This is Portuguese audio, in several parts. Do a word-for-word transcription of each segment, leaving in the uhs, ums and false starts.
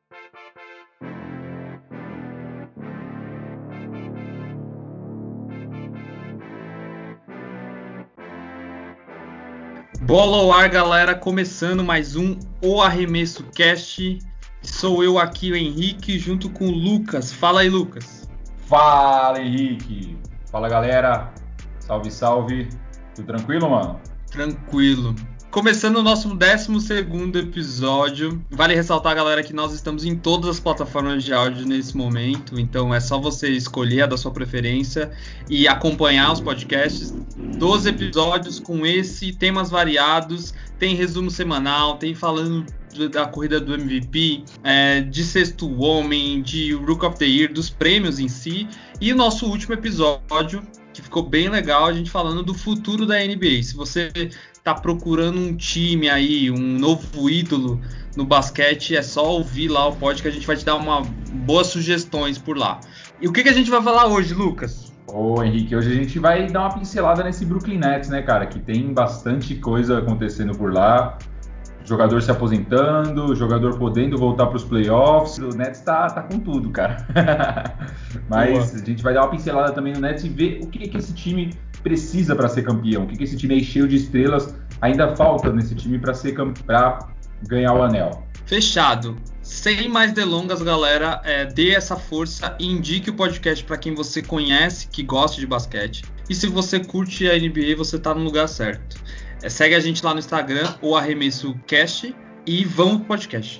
Bola ao ar, galera, começando mais um O Arremesso Cast. Sou eu aqui, o Henrique, junto com o Lucas. Fala aí, Lucas. Fala, Henrique. Fala, galera. Salve, salve. Tudo tranquilo, mano? Tranquilo. Começando o nosso décimo segundo episódio. Vale ressaltar, galera, que nós estamos em todas as plataformas de áudio nesse momento. Então é só você escolher a da sua preferência e acompanhar os podcasts. doze episódios com esse, temas variados. Tem resumo semanal, tem falando da corrida do M V P, é, de sexto homem, de Rook of the Year, dos prêmios em si. E o nosso último episódio, que ficou bem legal, a gente falando do futuro da N B A. Se você tá procurando um time aí, um novo ídolo no basquete, é só ouvir lá o podcast que a gente vai te dar uma boas sugestões por lá. E o que, que a gente vai falar hoje, Lucas? Ô, Henrique, hoje a gente vai dar uma pincelada nesse Brooklyn Nets, né, cara? Que tem bastante coisa acontecendo por lá. Jogador se aposentando, jogador podendo voltar para os playoffs. O Nets tá, tá com tudo, cara. Mas Boa. A gente vai dar uma pincelada também no Nets e ver o que, que esse time precisa para ser campeão. O que, que esse time aí cheio de estrelas ainda falta nesse time para ser para ganhar o anel. Fechado. Sem mais delongas, galera, é, dê essa força e indique o podcast para quem você conhece, que gosta de basquete. E se você curte a N B A, você tá no lugar certo. É, segue a gente lá no Instagram, o Arremesso Cast, e vamos pro podcast.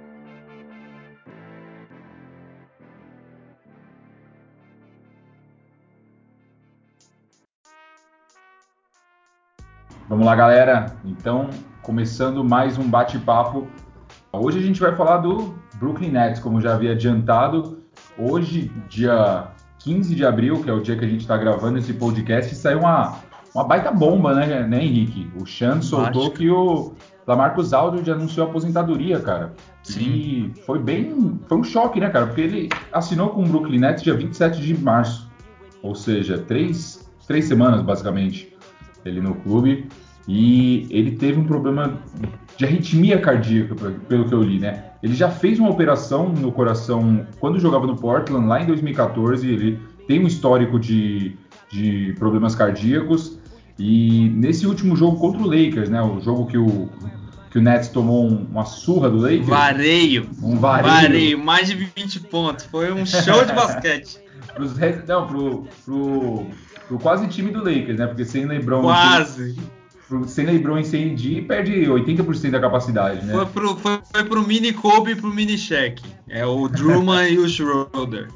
Vamos lá, galera. Então, começando mais um bate-papo. Hoje a gente vai falar do Brooklyn Nets, como já havia adiantado. Hoje, dia quinze de abril, que é o dia que a gente está gravando esse podcast, saiu uma, uma baita bomba, né, né, Henrique? O Chan soltou que o LaMarcus Aldridge anunciou a aposentadoria, cara. Sim. E foi bem... Foi um choque, né, cara? Porque ele assinou com o Brooklyn Nets dia vinte e sete de março. Ou seja, três, três semanas, basicamente, ele no clube. E ele teve um problema de arritmia cardíaca, pelo que eu li, né? Ele já fez uma operação no coração quando jogava no Portland, lá em dois mil e catorze. Ele tem um histórico de, de problemas cardíacos. E nesse último jogo contra o Lakers, né? O jogo que o, que o Nets tomou um, uma surra do Lakers. Vareio. Um vareio. Vareio, mais de vinte pontos. Foi um show de basquete. Pros, não, pro, pro, pro quase time do Lakers, né? Porque sem LeBron... Quase. Sem LeBron e sem A D, perde oitenta por cento da capacidade, né? Foi pro, foi, foi pro mini Kobe e pro mini Shaq. É o Drummond e o Schroeder.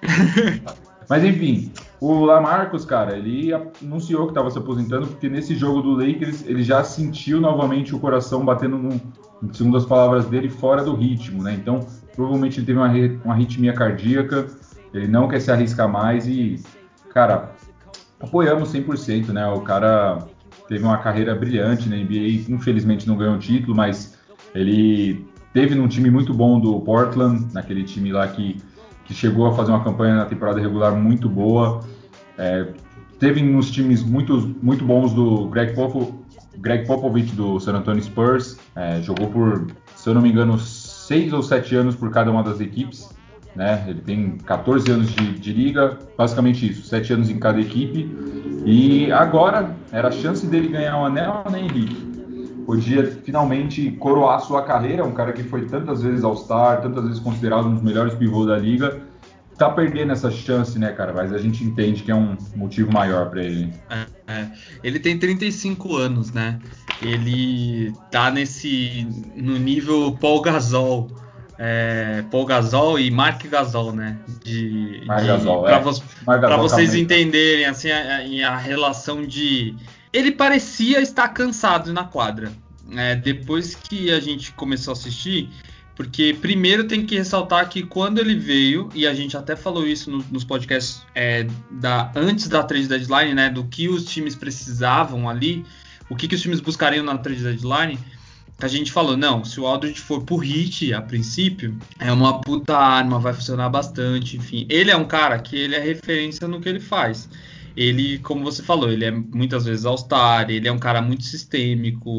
Mas enfim, o LaMarcus, cara, ele anunciou que estava se aposentando porque nesse jogo do Lakers ele já sentiu novamente o coração batendo, no, segundo as palavras dele, fora do ritmo, né? Então, provavelmente ele teve uma, uma arritmia cardíaca, ele não quer se arriscar mais e, cara, apoiamos cem por cento, né? O cara teve uma carreira brilhante na N B A, infelizmente não ganhou um título, mas ele teve num time muito bom do Portland, naquele time lá que, que chegou a fazer uma campanha na temporada regular muito boa. É, teve nos times muito, muito bons do Greg, Popo, Greg Popovich do San Antonio Spurs, é, jogou por, se eu não me engano, seis ou sete anos por cada uma das equipes. Né? Ele tem catorze anos de, de liga, basicamente isso, sete anos em cada equipe. E agora era a chance dele ganhar um anel, né, Henrique? Podia finalmente coroar sua carreira, um cara que foi tantas vezes All-Star, tantas vezes considerado um dos melhores pivôs da liga. Tá perdendo essa chance, né, cara? Mas a gente entende que é um motivo maior para ele. É, é. Ele tem trinta e cinco anos, né? Ele tá nesse no nível Paul Gasol. É, Paul Gasol e Marc Gasol, né? De, Marc de, Gasol, para é. vo Gasol vocês Cameta. entenderem assim, a, a relação de... Ele parecia estar cansado na quadra. É, depois que a gente começou a assistir, porque primeiro tem que ressaltar que quando ele veio, e a gente até falou isso no, nos podcasts é, da, antes da trade deadline, né? Do que os times precisavam ali, o que, que os times buscariam na trade deadline, a gente falou, não, se o Aldridge for pro hit, a princípio, é uma puta arma, vai funcionar bastante, enfim. Ele é um cara que ele é referência no que ele faz. Ele, como você falou, ele é muitas vezes All-Star, ele é um cara muito sistêmico,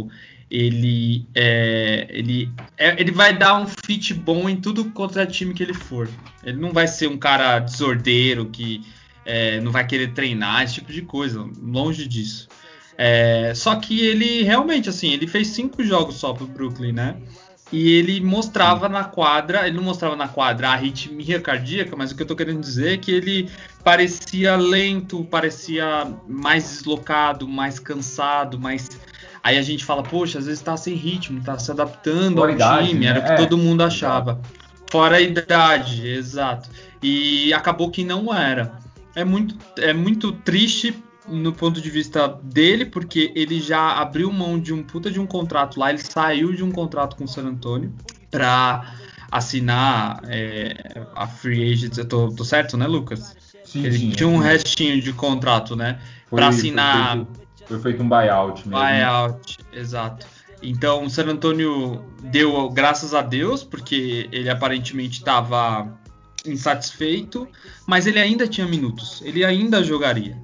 ele, é, ele, é, ele vai dar um fit bom em tudo contra time que ele for. Ele não vai ser um cara desordeiro que é, não vai querer treinar, esse tipo de coisa, longe disso. É, só que ele realmente, assim, ele fez cinco jogos só pro Brooklyn, né? E ele mostrava na quadra, ele não mostrava na quadra a arritmia cardíaca, mas o que eu tô querendo dizer é que ele parecia lento, parecia mais deslocado, mais cansado, mais... Aí a gente fala, poxa, às vezes tá sem ritmo, tá se adaptando Fora ao a idade, time, era o que né? todo mundo É, exato. achava. Fora a idade, exato. E acabou que não era. É muito, é muito triste no ponto de vista dele, porque ele já abriu mão de um puta de um contrato lá, ele saiu de um contrato com o San Antonio pra assinar é, a free agent. Eu tô, tô certo, né, Lucas? Sim, Ele sim, é tinha isso um mesmo. restinho de contrato, né? Pra Foi, foi assinar feito, foi feito um buyout mesmo. buyout, exato. Então o San Antonio deu graças a Deus, porque ele aparentemente estava insatisfeito, mas ele ainda tinha minutos, ele ainda jogaria.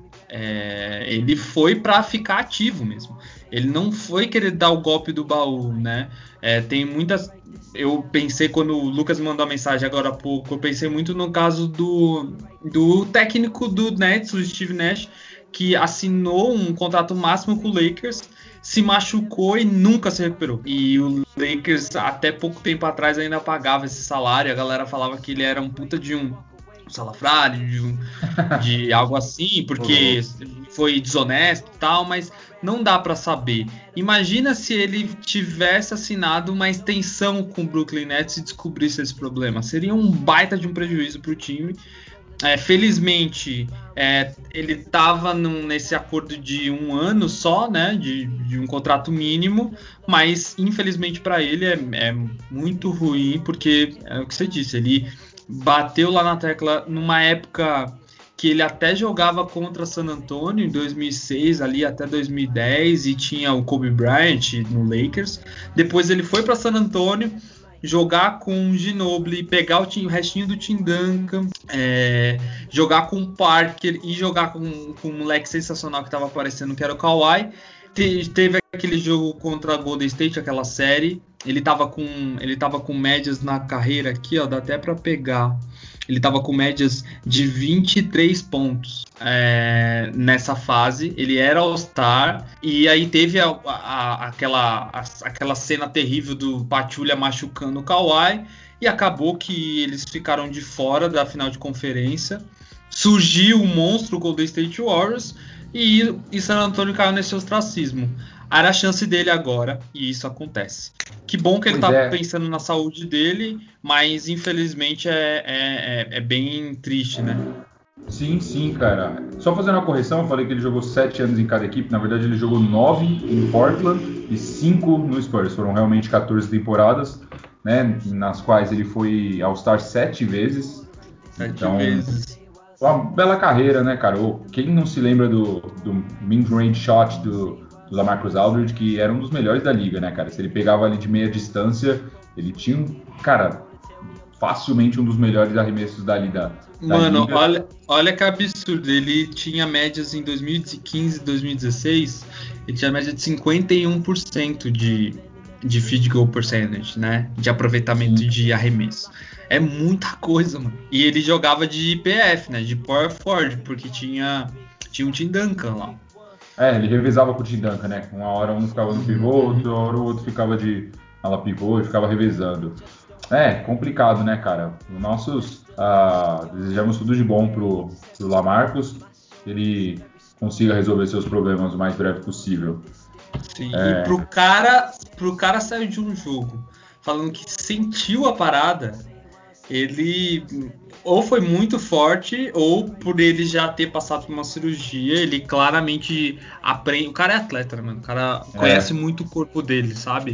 É, ele foi para ficar ativo mesmo. Ele não foi querer dar o golpe do baú, né? É, tem muitas. Eu pensei quando o Lucas me mandou a mensagem agora há pouco, eu pensei muito no caso do, do técnico do Nets, o Steve Nash, que assinou um contrato máximo com o Lakers, se machucou e nunca se recuperou. E o Lakers, até pouco tempo atrás, ainda pagava esse salário. A galera falava que ele era um puta de um salafrário, de, um, de algo assim, Ô, porque louco. foi desonesto e tal, mas não dá pra saber. Imagina se ele tivesse assinado uma extensão com o Brooklyn Nets e descobrisse esse problema. Seria um baita de um prejuízo pro time. É, felizmente, é, ele estava nesse acordo de um ano só, né, de, de um contrato mínimo, mas infelizmente para ele é, é muito ruim, porque é o que você disse, ele bateu lá na tecla numa época que ele até jogava contra San Antonio em dois mil e seis, ali até dois mil e dez, e tinha o Kobe Bryant no Lakers. Depois ele foi para San Antonio jogar com o Ginobili, pegar o, time, o restinho do Tim Duncan, é, jogar com o Parker e jogar com, com um moleque sensacional que estava aparecendo, que era o Kawhi. Te, teve aquele jogo contra a Golden State, aquela série. Ele estava com, ele tava com médias na carreira aqui, ó, dá até para pegar. Ele estava com médias de vinte e três pontos é, nessa fase. Ele era All-Star. E aí teve a, a, aquela, a, aquela cena terrível do Pachulia machucando o Kawhi. E acabou que eles ficaram de fora da final de conferência. Surgiu o monstro Golden State Warriors. E, e San Antonio caiu nesse ostracismo. Era a chance dele agora. E isso acontece. Que bom que ele Pois tá é. pensando na saúde dele, mas infelizmente é, é, é, é bem triste, né? Sim, sim, cara. Só fazendo uma correção, eu falei que ele jogou sete anos em cada equipe. Na verdade, ele jogou nove em Portland e cinco no Spurs. Foram realmente quatorze temporadas, né? Nas quais ele foi All-Star sete vezes. Sete Então, vezes. uma bela carreira, né, cara? Ô, quem não se lembra do, do mid-range shot do, do LaMarcus Aldridge, que era um dos melhores da liga, né, cara? Se ele pegava ali de meia distância, ele tinha, um, cara, facilmente um dos melhores arremessos da, da, da Mano, liga. olha, olha que absurdo. Ele tinha médias em dois mil e quinze e dois mil e dezesseis. Ele tinha média de cinquenta e um por cento de, de field goal percentage, né? De aproveitamento Sim. de arremesso. É muita coisa, mano. E ele jogava de P F, né? De power forward, porque tinha, tinha um Tim Duncan lá. É, ele revezava com o Tim Duncan, né? Uma hora um ficava no pivô, Uhum. outra hora o outro ficava de ala pivô e ficava revezando. É, complicado, né, cara? Nossos, ah, desejamos tudo de bom pro, pro Lamarcus, que ele consiga resolver seus problemas o mais breve possível. Sim, e É, pro cara, pro cara sair de um jogo falando que sentiu a parada, ele ou foi muito forte, ou por ele já ter passado por uma cirurgia, ele claramente aprende. O cara é atleta, né, mano? O cara conhece é, muito o corpo dele, sabe?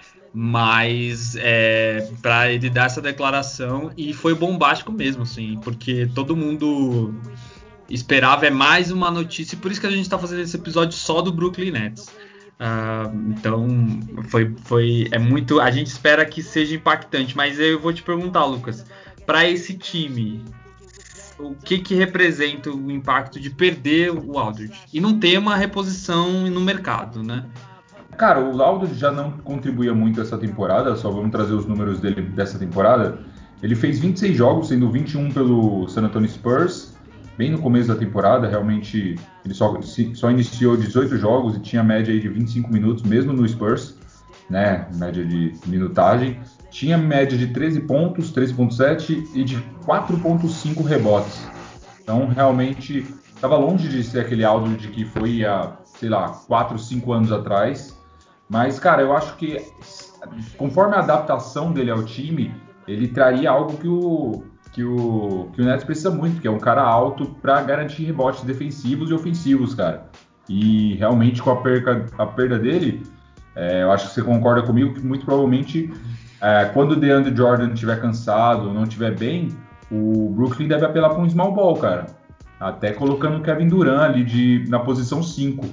Mas é, para ele dar essa declaração, e foi bombástico mesmo, assim, porque todo mundo esperava é mais uma notícia, e por isso que a gente está fazendo esse episódio só do Brooklyn Nets. Uh, então foi, foi é muito. A gente espera que seja impactante, mas eu vou te perguntar, Lucas, para esse time, o que que representa o impacto de perder o Aldridge e não ter uma reposição no mercado, né? cara, o Aldridge já não contribuía muito essa temporada, só vamos trazer os números dele dessa temporada. Ele fez vinte e seis jogos, sendo vinte e um pelo San Antonio Spurs, bem no começo da temporada, realmente ele só, só iniciou dezoito jogos e tinha média aí de vinte e cinco minutos, mesmo no Spurs, né, média de minutagem. Tinha média de treze pontos, treze vírgula sete e de quatro vírgula cinco rebotes. Então, realmente, estava longe de ser aquele Aldridge que foi há, sei lá, quatro, cinco anos atrás. Mas, cara, eu acho que conforme a adaptação dele ao time, ele traria algo que o, que o, que o Nets precisa muito, que é um cara alto para garantir rebotes defensivos e ofensivos, cara. E realmente, com a, perca, a perda dele, é, eu acho que você concorda comigo que muito provavelmente, é, quando o DeAndre Jordan estiver cansado ou não estiver bem, o Brooklyn deve apelar para um small ball, cara. Até colocando o Kevin Durant ali de, na posição cinco.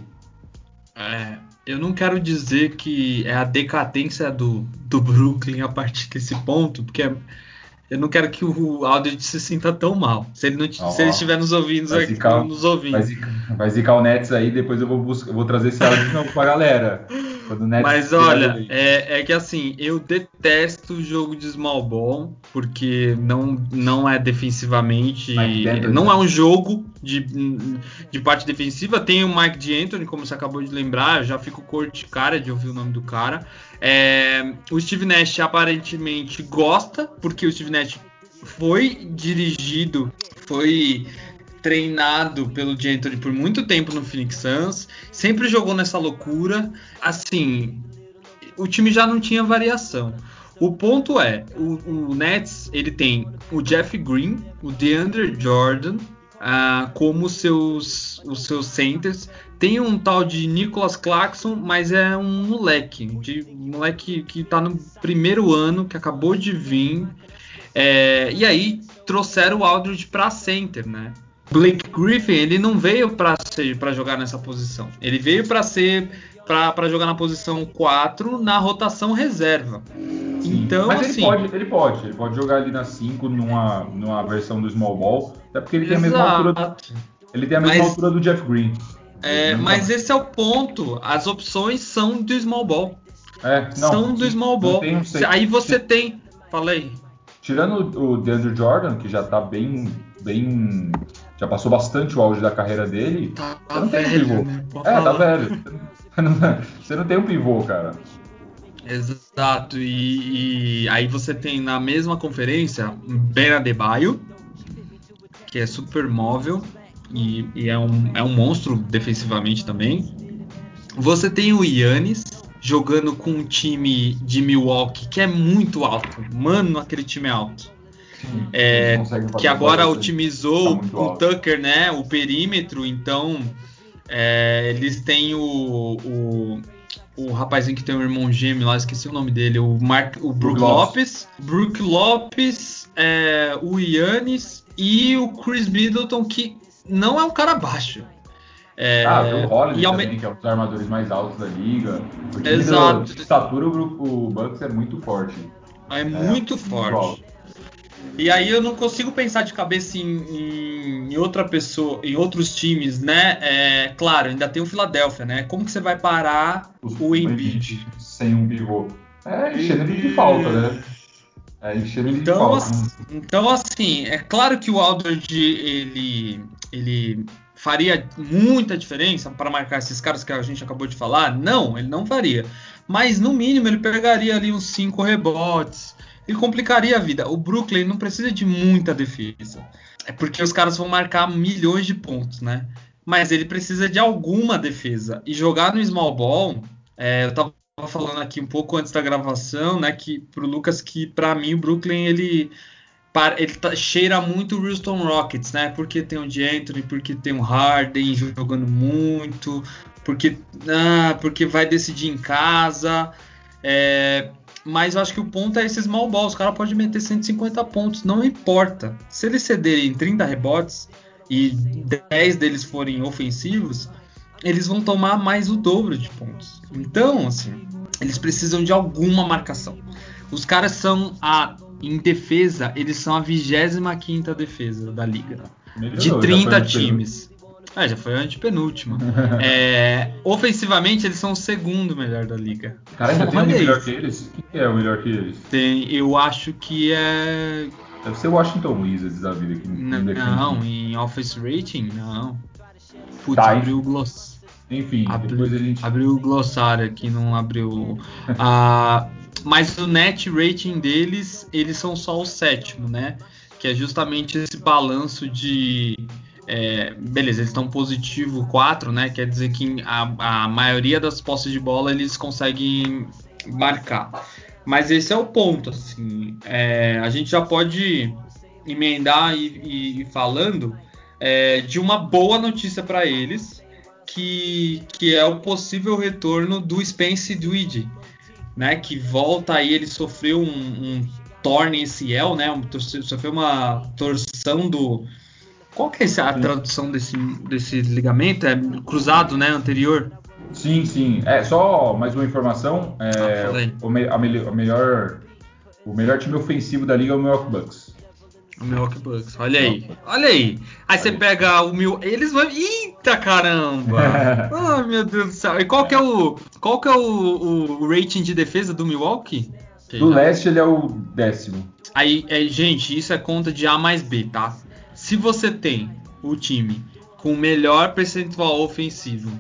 É, eu não quero dizer que é a decadência do, do Brooklyn a partir desse ponto, porque é, eu não quero que o Aldridge se sinta tão mal. Se ele, não, Oh, se ele estiver nos ouvindo, vai zicar, nos ouvindo. Vai zicar, vai zicar o Nets aí, depois eu vou, buscar, eu vou trazer esse áudio de novo pra galera. Quando o Nets Mas olha, é, é que assim, eu detesto o jogo de small ball, porque não, não é defensivamente, não é um jogo de, de parte defensiva. Tem o Mike D'Antoni, como você acabou de lembrar, eu já fico cor de cara de ouvir o nome do cara. É, o Steve Nash aparentemente gosta, porque o Steve Nash foi dirigido, foi treinado pelo D'Antoni por muito tempo no Phoenix Suns, sempre jogou nessa loucura. Assim, o time já não tinha variação. O ponto é, o, o Nets, ele tem o Jeff Green, o DeAndre Jordan uh, como seus, os seus centers. Tem um tal de Nicholas Claxton, mas é um moleque, de, um moleque que tá no primeiro ano, que acabou de vir. É, e aí trouxeram o Aldridge para center, né? Blake Griffin, ele não veio para jogar nessa posição. Ele veio para ser para jogar na posição quatro na rotação reserva. Sim, então, mas ele assim, pode, ele pode, ele pode jogar ali na cinco numa, numa versão do small ball, até porque ele tem a mesma exato. altura, ele tem a mesma mas, altura do Jeff Green. É, mas esse é o ponto. As opções são do small ball. É, não, são do sim, small ball. Um aí você tem, falei. Tirando o DeAndre Jordan, que já tá bem, bem, já passou bastante o auge da carreira dele, Tá você não velho, tem um pivô. né? Pode É, falar. tá velho. Você não, você não tem um pivô, cara. Exato, e, e aí você tem na mesma conferência Ben Adebayo, que é super móvel e, e é, um, é um monstro defensivamente também. Você tem o Giannis jogando com um time de Milwaukee que é muito alto. Mano, aquele time é alto. Sim, É, que agora otimizou tá o Tucker, né, o perímetro, então é, eles têm o, o, o rapazinho que tem um irmão gêmeo lá, esqueci o nome dele, o, Mark, o Brook Lopes, Brook Lopes, é, o Giannis e o Chris Middleton, que não é um cara baixo. É, ah, o Drew Holiday também, me... que é um dos armadores mais altos da liga. O time Exato. de estatura, o, o Bucks é muito forte. É muito é, forte. Muito e aí eu não consigo pensar de cabeça em, em outra pessoa, em outros times, né? É, claro, ainda tem o Philadelphia, né? Como que você vai parar Os, o Embiid? Sem um pivô. É, enchendo ele de falta, né? É, enchendo ele então, de falta. Assim, então, assim, é claro que o Aldridge, ele, ele faria muita diferença para marcar esses caras que a gente acabou de falar? Não, ele não faria. Mas, no mínimo, ele pegaria ali uns cinco rebotes. Ele complicaria a vida. O Brooklyn não precisa de muita defesa. É porque os caras vão marcar milhões de pontos, né? Mas ele precisa de alguma defesa. E jogar no small ball, é, eu tava falando aqui um pouco antes da gravação, né? Que pro Lucas, que para mim o Brooklyn, ele, ele tá, cheira muito o Houston Rockets, né? Porque tem o D'Antoni, porque tem o Harden jogando muito, porque, ah, porque vai decidir em casa. É, mas eu acho que o ponto é esse small ball. Os caras podem meter cento e cinquenta pontos, não importa. Se eles cederem trinta rebotes e dez deles forem ofensivos, eles vão tomar mais o dobro de pontos. Então, assim, eles precisam de alguma marcação. Os caras são a em defesa, eles são a vigésima quinta defesa da liga. Melhorou, de trinta times. É, já foi a antepenúltima. É, ofensivamente, eles são o segundo melhor da liga. Cara, ainda tem alguém Olha melhor isso. que eles? Quem é o melhor que eles? Tem, eu acho que é. Deve ser o Washington Wizards da vida, que não Não, defende. em Office Rating, não. Putz, Tá, abriu o enfim. gloss. Enfim, Abriu, depois a gente. abriu o glossário aqui, não abriu. Ah, mas o net rating deles, eles são só o sétimo, né? Que é justamente esse balanço de. É, beleza, eles estão positivo quatro, né? Quer dizer que a, a maioria das posses de bola eles conseguem marcar. Mas esse é o ponto, assim. É, a gente já pode emendar e, e, e falando é, de uma boa notícia para eles, que, que é o possível retorno do Spence Dwight, né? Que volta aí, ele sofreu um, um torn A C L, né? Um, sofreu uma torção do. Qual que é a tradução desse, desse ligamento? É cruzado, né? Anterior? Sim, sim. É, só mais uma informação. Ah, É, falei. o, me, a, me, a melhor, o melhor time ofensivo da liga é o Milwaukee Bucks. O Milwaukee Bucks, olha aí, Milwaukee. olha aí. Aí você Aí. pega o mil, eles vão, eita caramba! Oh meu Deus do céu! E qual que é o, qual que é o, o, o rating de defesa do Milwaukee? Okay, Do já. leste ele é o décimo. Aí, é, gente, isso é conta de A mais B, tá? Se você tem o time com melhor percentual ofensivo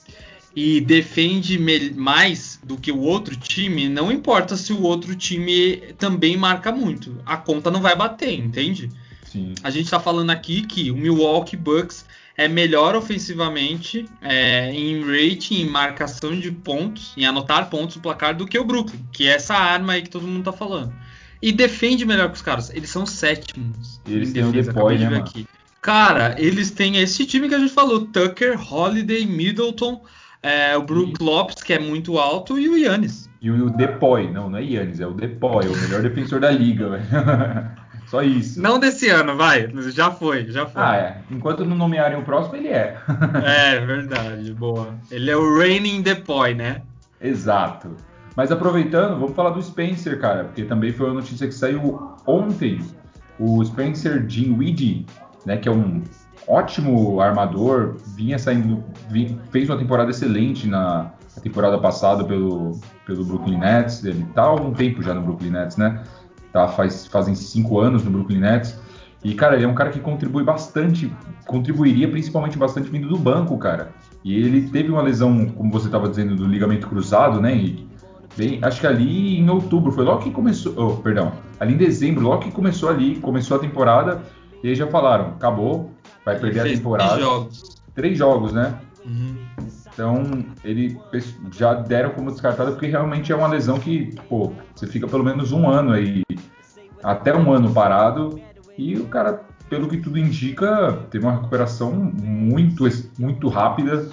e defende mais do que o outro time, não importa se o outro time também marca muito. A conta não vai bater, entende? Sim. A gente está falando aqui que o Milwaukee Bucks é melhor ofensivamente é, em rating, em marcação de pontos, em anotar pontos no placar do que o Brooklyn, que é essa arma aí que todo mundo tá falando. E defende melhor que os caras. Eles são sétimos E eles em têm o defesa, acabei Depoy, de né, ver mano? aqui. Cara, eles têm esse time que a gente falou: Tucker, Holiday, Middleton, é, o E, Brook Lopes, que é muito alto, e o Yannis. e o Depoy. Não, não é Yannis, é o Depoy, é o melhor defensor da liga, velho. Só isso. Não desse ano, vai. Já foi, já Ah, foi. é. Enquanto não nomearem o próximo, ele é. É, verdade, boa. Ele é o Reigning Depoy, né? Exato. Mas aproveitando, vamos falar do Spencer, cara, porque também foi uma notícia que saiu ontem. O Spencer Dinwiddie, né, que é um ótimo armador, vinha saindo, vinha, fez uma temporada excelente na, na temporada passada pelo, pelo Brooklyn Nets. Ele tá há algum tempo já no Brooklyn Nets, né? Tá, faz, fazem cinco anos no Brooklyn Nets. E, cara, ele é um cara que contribui bastante, contribuiria principalmente bastante vindo do banco, cara. E ele teve uma lesão, como você estava dizendo, do ligamento cruzado, né, Henrique? Bem, acho que ali em outubro, foi logo que começou, oh, perdão, ali em dezembro, logo que começou ali, começou a temporada, e aí já falaram, acabou, vai Ele perder a fez três temporada. jogos. Três jogos, né? Uhum. Então, ele já deram como descartado, porque realmente é uma lesão que, pô, você fica pelo menos um ano aí, até um ano parado, e o cara, pelo que tudo indica, teve uma recuperação muito, muito rápida,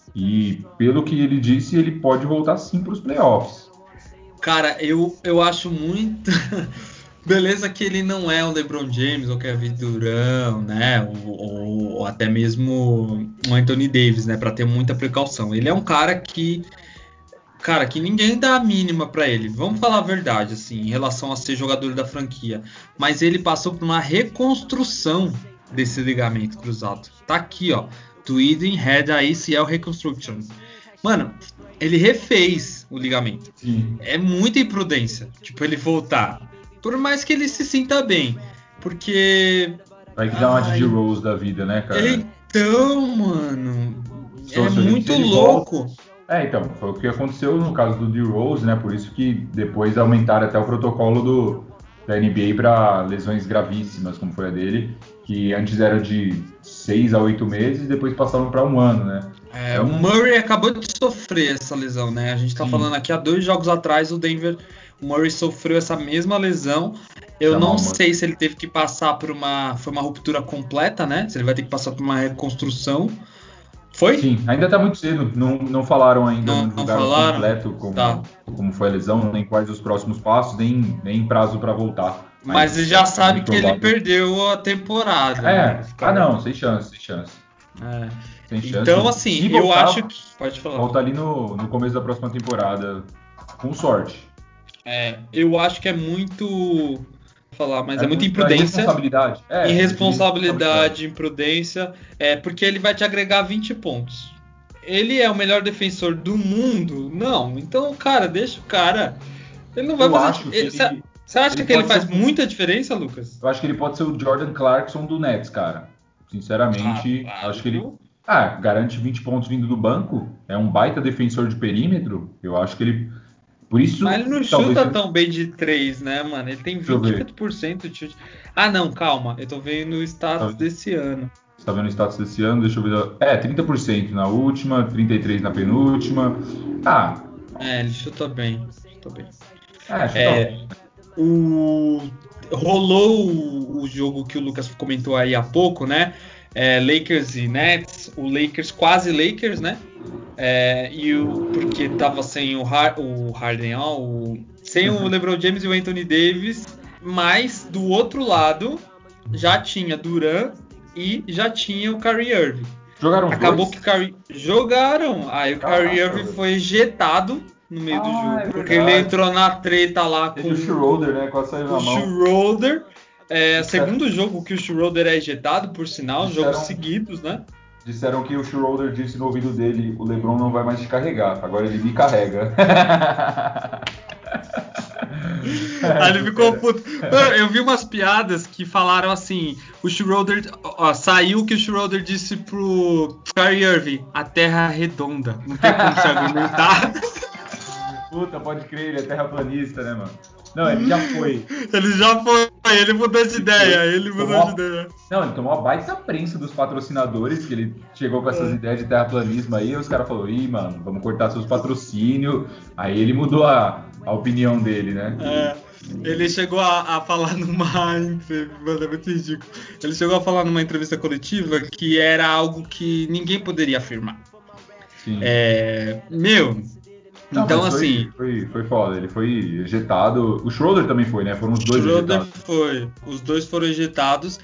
e pelo que ele disse, ele pode voltar sim para os playoffs. Cara, eu, eu acho muito. Beleza que ele não é o LeBron James ou Kevin Durant, né? Ou, ou, ou até mesmo o Anthony Davis, né? Pra ter muita precaução. Ele é um cara que. Cara, que ninguém dá a mínima pra ele. Vamos falar a verdade, assim, em relação a ser jogador da franquia. Mas ele passou por uma reconstrução desse ligamento cruzado. Tá aqui, ó. Tweeding had a A C L reconstruction. Mano, ele refez o ligamento. Sim. É muita imprudência, tipo, ele voltar. Por mais que ele se sinta bem. Porque. Vai que dá uma de Ai, Rose da vida, né, cara? então, mano. So, É se, ele, se muito ele volta. louco. É, então, foi o que aconteceu no caso do D-Rose, né? Por isso que depois aumentaram até o protocolo do, da N B A para lesões gravíssimas, como foi a dele, que antes era de seis a oito meses e depois passaram para um ano, né? É, o Então, Murray acabou de sofrer essa lesão, né? A gente tá falando sim, aqui há dois jogos atrás, o Denver, o Murray sofreu essa mesma lesão. Eu não Jamal Murray. sei se ele teve que passar por uma, foi uma ruptura completa, né? Se ele vai ter que passar por uma reconstrução. Foi? Sim, ainda está muito cedo, não, não falaram ainda, não Não, não divulgaram falaram? completo Tá. como, como foi a lesão, nem quais os próximos passos, nem, nem prazo para voltar. Mas ele Mas já é sabe muito que ele provável. perdeu a temporada, né? É, ah Fica- não, sem chance, sem chance. é. Sem chance. Então, E assim, se eu acho voltar, que. Pode falar. volta ali no, no começo da próxima temporada, com sorte. É, eu acho que é muito. falar, mas É, é muita muita imprudência. irresponsabilidade. É, Irresponsabilidade, imprudência, é, porque ele vai te agregar vinte pontos. Ele é o melhor defensor do mundo? Não. Então, cara, deixa o cara. Ele não vai Eu fazer. acho que ele, Você acha ele que ele pode ser faz um, muita diferença, Lucas? eu acho que ele pode ser o Jordan Clarkson do Nets, cara. Ah, Sinceramente, acho que ele ah, garante vinte pontos vindo do banco, é um baita defensor de perímetro. Eu acho que ele por mas isso ele não talvez chuta ele, tão bem de três, né, mano? Ele tem deixa eu vinte e ver. oito por cento de chute. Ah, não, calma. Eu tô vendo o status Talvez desse ano. você tá vendo o status desse ano, deixa eu ver. É, trinta por cento na última, trinta e três por cento na penúltima. Ah, É, ele chuta bem. Chuta bem. é, chuta É, bem. o... Rolou o, o jogo que o Lucas comentou aí há pouco, né? É, Lakers e Nets. O Lakers, quase Lakers, né? É, e o, porque tava sem o, Har, o Harden, ó, o, sem o LeBron James e o Anthony Davis. Mas do outro lado já tinha Durant e já tinha o Kyrie Irving. Jogaram os Acabou dois? que o Kyrie jogaram. Aí o Kyrie Caraca, Irving velho. foi ejetado no meio do Ah, é jogo, porque ele verdade. entrou na treta lá Teve com, o com Schroeder, né? Quase saiu o na mão. Schroeder. É, Disseram, segundo jogo que o Schroeder é ejetado, por sinal, jogos disseram, seguidos, né? disseram que o Schroeder disse no ouvido dele: o LeBron não vai mais te carregar, agora ele me carrega. Aí É, ele que ficou cara. puto. Mano, eu vi umas piadas que falaram assim: o Schroeder. Ó, saiu que o Schroeder disse pro Kyrie Irving: a terra é redonda, não tem como se argumentar. Puta, pode crer, ele é terraplanista, né, mano? Não, ele já foi. Ele já foi, ele mudou de Ele ideia, foi. ele mudou Tomou de a... ideia. Não, ele tomou a baita prensa dos patrocinadores, que ele chegou com essas É. ideias de terraplanismo aí, e os caras falaram, ih, mano, vamos cortar seus patrocínios. Aí ele mudou a, a opinião dele, né? É, ele chegou a, a falar numa entrevista, mano, é muito ridículo. Ele chegou a falar numa entrevista coletiva que era algo que ninguém poderia afirmar. Sim. É, meu, Não, então mas foi, assim, foi, foi foda. Ele foi ejetado. O Schroeder também foi, né? Foram os dois Schroeder ejetados. foi, os dois foram ejetados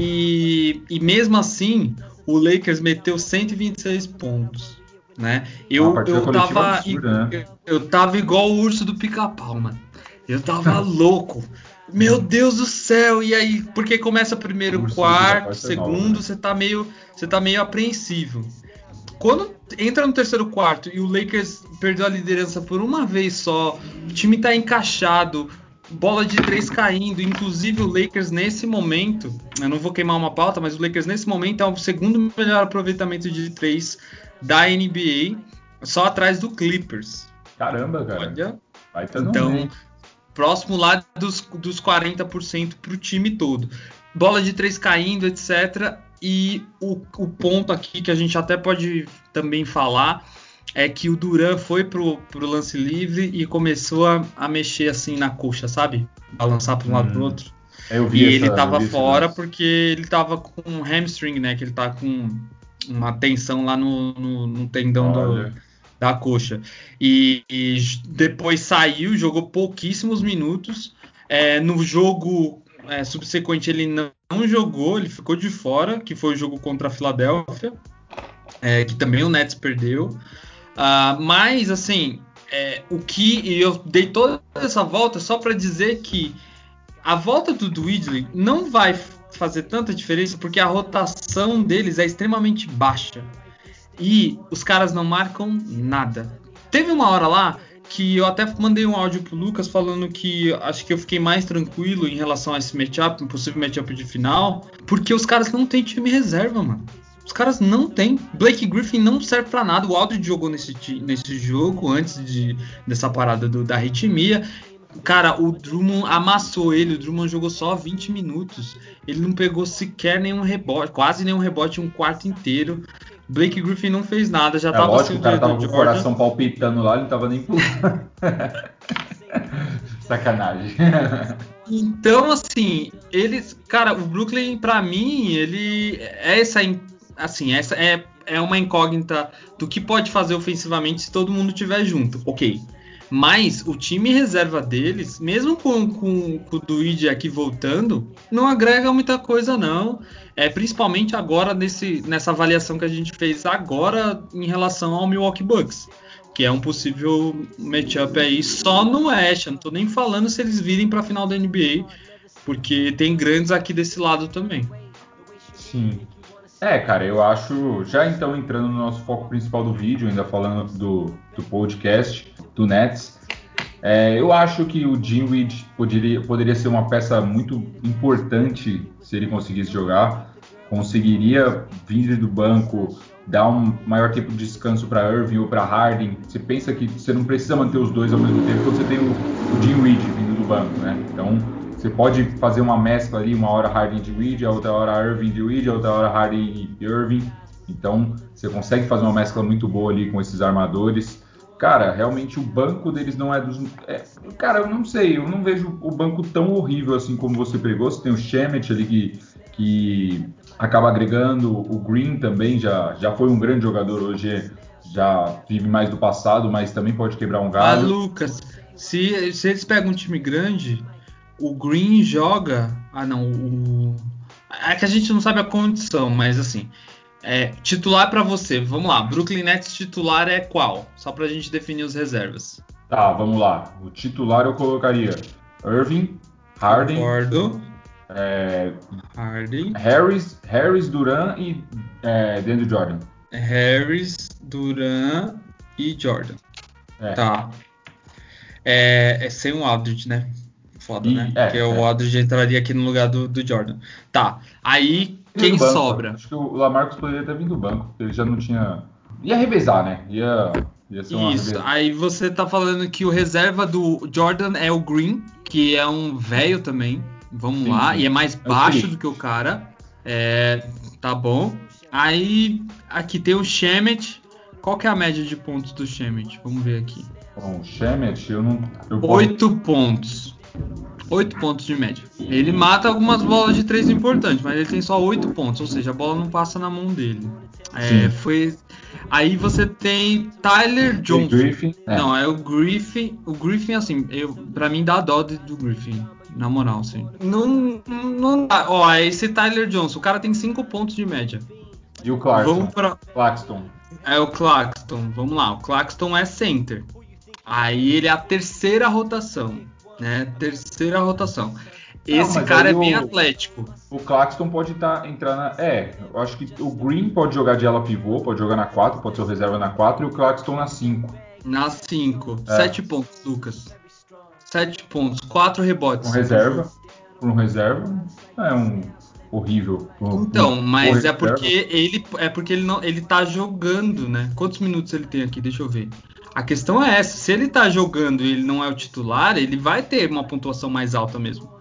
e, e mesmo assim o Lakers meteu cento e vinte e seis pontos, né? Uma Eu, partida eu coletiva tava absurda, né? eu, eu tava igual o urso do pica-pau, mano. Eu tava louco. Meu Deus do céu! E aí, porque começa O primeiro urso do pica-pau quarto, foi mal, velho. segundo, você tá meio, você tá meio apreensivo. Quando entra no terceiro quarto e o Lakers perdeu a liderança por uma vez só, o time tá encaixado, bola de três caindo, inclusive o Lakers nesse momento, eu não vou queimar uma pauta, mas o Lakers nesse momento é o segundo melhor aproveitamento de três da N B A, só atrás do Clippers. Caramba, cara. Olha, Vai tá número, então hein? próximo lá dos, dos quarenta por cento para o time todo. Bola de três caindo, etcétera. E o, o ponto aqui que a gente até pode também falar é que o Duran foi pro, pro lance livre e começou a, a mexer assim na coxa, sabe? Balançar para um lado para o Hum, outro. eu vi E essa, ele eu tava vi esse fora lance. porque ele tava com um hamstring, né? Que ele tá com uma tensão lá no, no, no tendão do, Olha. da coxa. E, e depois saiu, jogou pouquíssimos minutos. É, no jogo é, subsequente ele não, não jogou, ele ficou de fora, que foi o jogo contra a Filadélfia, é, que também o Nets perdeu. Uh, mas assim, é, o que eu dei toda essa volta só para dizer que a volta do Dwidley não vai fazer tanta diferença porque a rotação deles é extremamente baixa e os caras não marcam nada. Teve uma hora lá que eu até mandei um áudio pro Lucas falando que acho que eu fiquei mais tranquilo em relação a esse matchup, um possível matchup de final, porque os caras não têm time reserva, mano. Os caras não têm. Blake Griffin não serve pra nada. O Aldridge jogou nesse, nesse jogo antes de, dessa parada do, da arritmia. Cara, o Drummond amassou ele. O Drummond jogou só vinte minutos. Ele não pegou sequer nenhum rebote, quase nenhum rebote um quarto inteiro. Blake Griffin não fez nada, já É tava lógico, sem o o cara dedo tava do com o Jordan. coração palpitando lá, ele não tava nem pulando. Sacanagem. Então, assim, eles, cara, o Brooklyn pra mim, ele é essa, assim, essa é, é uma incógnita do que pode fazer ofensivamente se todo mundo tiver junto, ok. Mas o time reserva deles, mesmo com, com, com o Dwight aqui voltando, não agrega muita coisa não. É principalmente agora nesse, nessa avaliação que a gente fez agora em relação ao Milwaukee Bucks, que é um possível matchup aí só no Oeste. Eu não tô nem falando se eles virem para a final da N B A, Porque tem grandes aqui desse lado também. Sim. É, cara, eu acho, já então entrando no nosso foco principal do vídeo, ainda falando do, do podcast, do Nets, é, eu acho que o Dinwiddie poderia, poderia ser uma peça muito importante se ele conseguisse jogar, conseguiria vir do banco, dar um maior tempo de descanso para Irving ou para Harden. Você pensa que você não precisa manter os dois ao mesmo tempo quando você tem o, o Dinwiddie vindo do banco, né? Então você pode fazer uma mescla ali, uma hora Harden de Dinwiddie, a outra hora Irving de Dinwiddie, a outra hora Harden e Irving. Então você consegue fazer uma mescla muito boa ali com esses armadores. Cara, realmente o banco deles não é dos. É, cara, eu não sei, eu não vejo o banco tão horrível assim como você pegou. Você tem o Shemet ali que, que acaba agregando, o Green também já, já foi um grande jogador, hoje já vive mais do passado, mas também pode quebrar um Ah, galho. Lucas, se, se eles pegam um time grande, o Green joga. Ah, não, o. É que a gente não sabe a condição, mas assim. É, titular pra você, vamos lá. Brooklyn Nets titular é qual? Só pra gente definir os reservas. Tá, vamos lá. O titular eu colocaria Irving, Harden, Concordo. é, Harden, Harris, Harris, Duran e é, DeAndre Jordan. Harris, Duran e Jordan. É, Tá. É, é sem o Aldridge, né? Foda, e, né? é, Porque o é. Aldridge entraria aqui no lugar do, do Jordan. Tá. Aí, Viria do quem banco. sobra? Acho que o Lamarcus poderia ter vindo do banco, porque ele já não tinha. Ia revezar, né? Ia, ia ser uma Isso. revezar. Aí você tá falando que o reserva do Jordan é o Green, que é um velho também. Vamos Sim, lá. E sim. é mais É baixo do experiente. que o cara. É, tá bom. Aí aqui tem o Shemet. Qual que é a média de pontos do Shemet? Vamos ver aqui. Bom, o Shemet, eu não. Eu posso. Oito pontos. Oito pontos de média. Ele mata algumas bolas de três importantes, mas ele tem só oito pontos, ou seja, a bola não passa na mão dele. É, Sim. foi. Aí você tem Tyler Blake Johnson. Griffin, é. Não, é o Griffin. O Griffin, assim, eu, pra mim dá dó de- do Griffin. Na moral, assim. Não, não dá. Ó, esse Tyler Johnson, o cara tem cinco pontos de média. E o Clarkson. Vamos pra. Claxton. É o Claxton. Vamos lá. O Claxton é center. Aí ele é a terceira rotação, né? Terceira rotação. Não, Esse mas cara aí é bem o, atlético. o Claxton pode tá, entrar na. É, eu acho que o Green pode jogar de ala pivô, pode jogar na quatro, pode ser o reserva na quatro e o Claxton na cinco. Na cinco. É, Sete pontos, Lucas. Sete pontos. Quatro um rebotes por jogo. reserva. Por um reserva, é um horrível. Por um, por um Então, pivô mas é porque reserva. ele é porque ele não ele tá jogando, né? Quantos minutos ele tem aqui? Deixa eu ver. A questão é essa, se ele tá jogando e ele não é o titular, ele vai ter uma pontuação mais alta mesmo.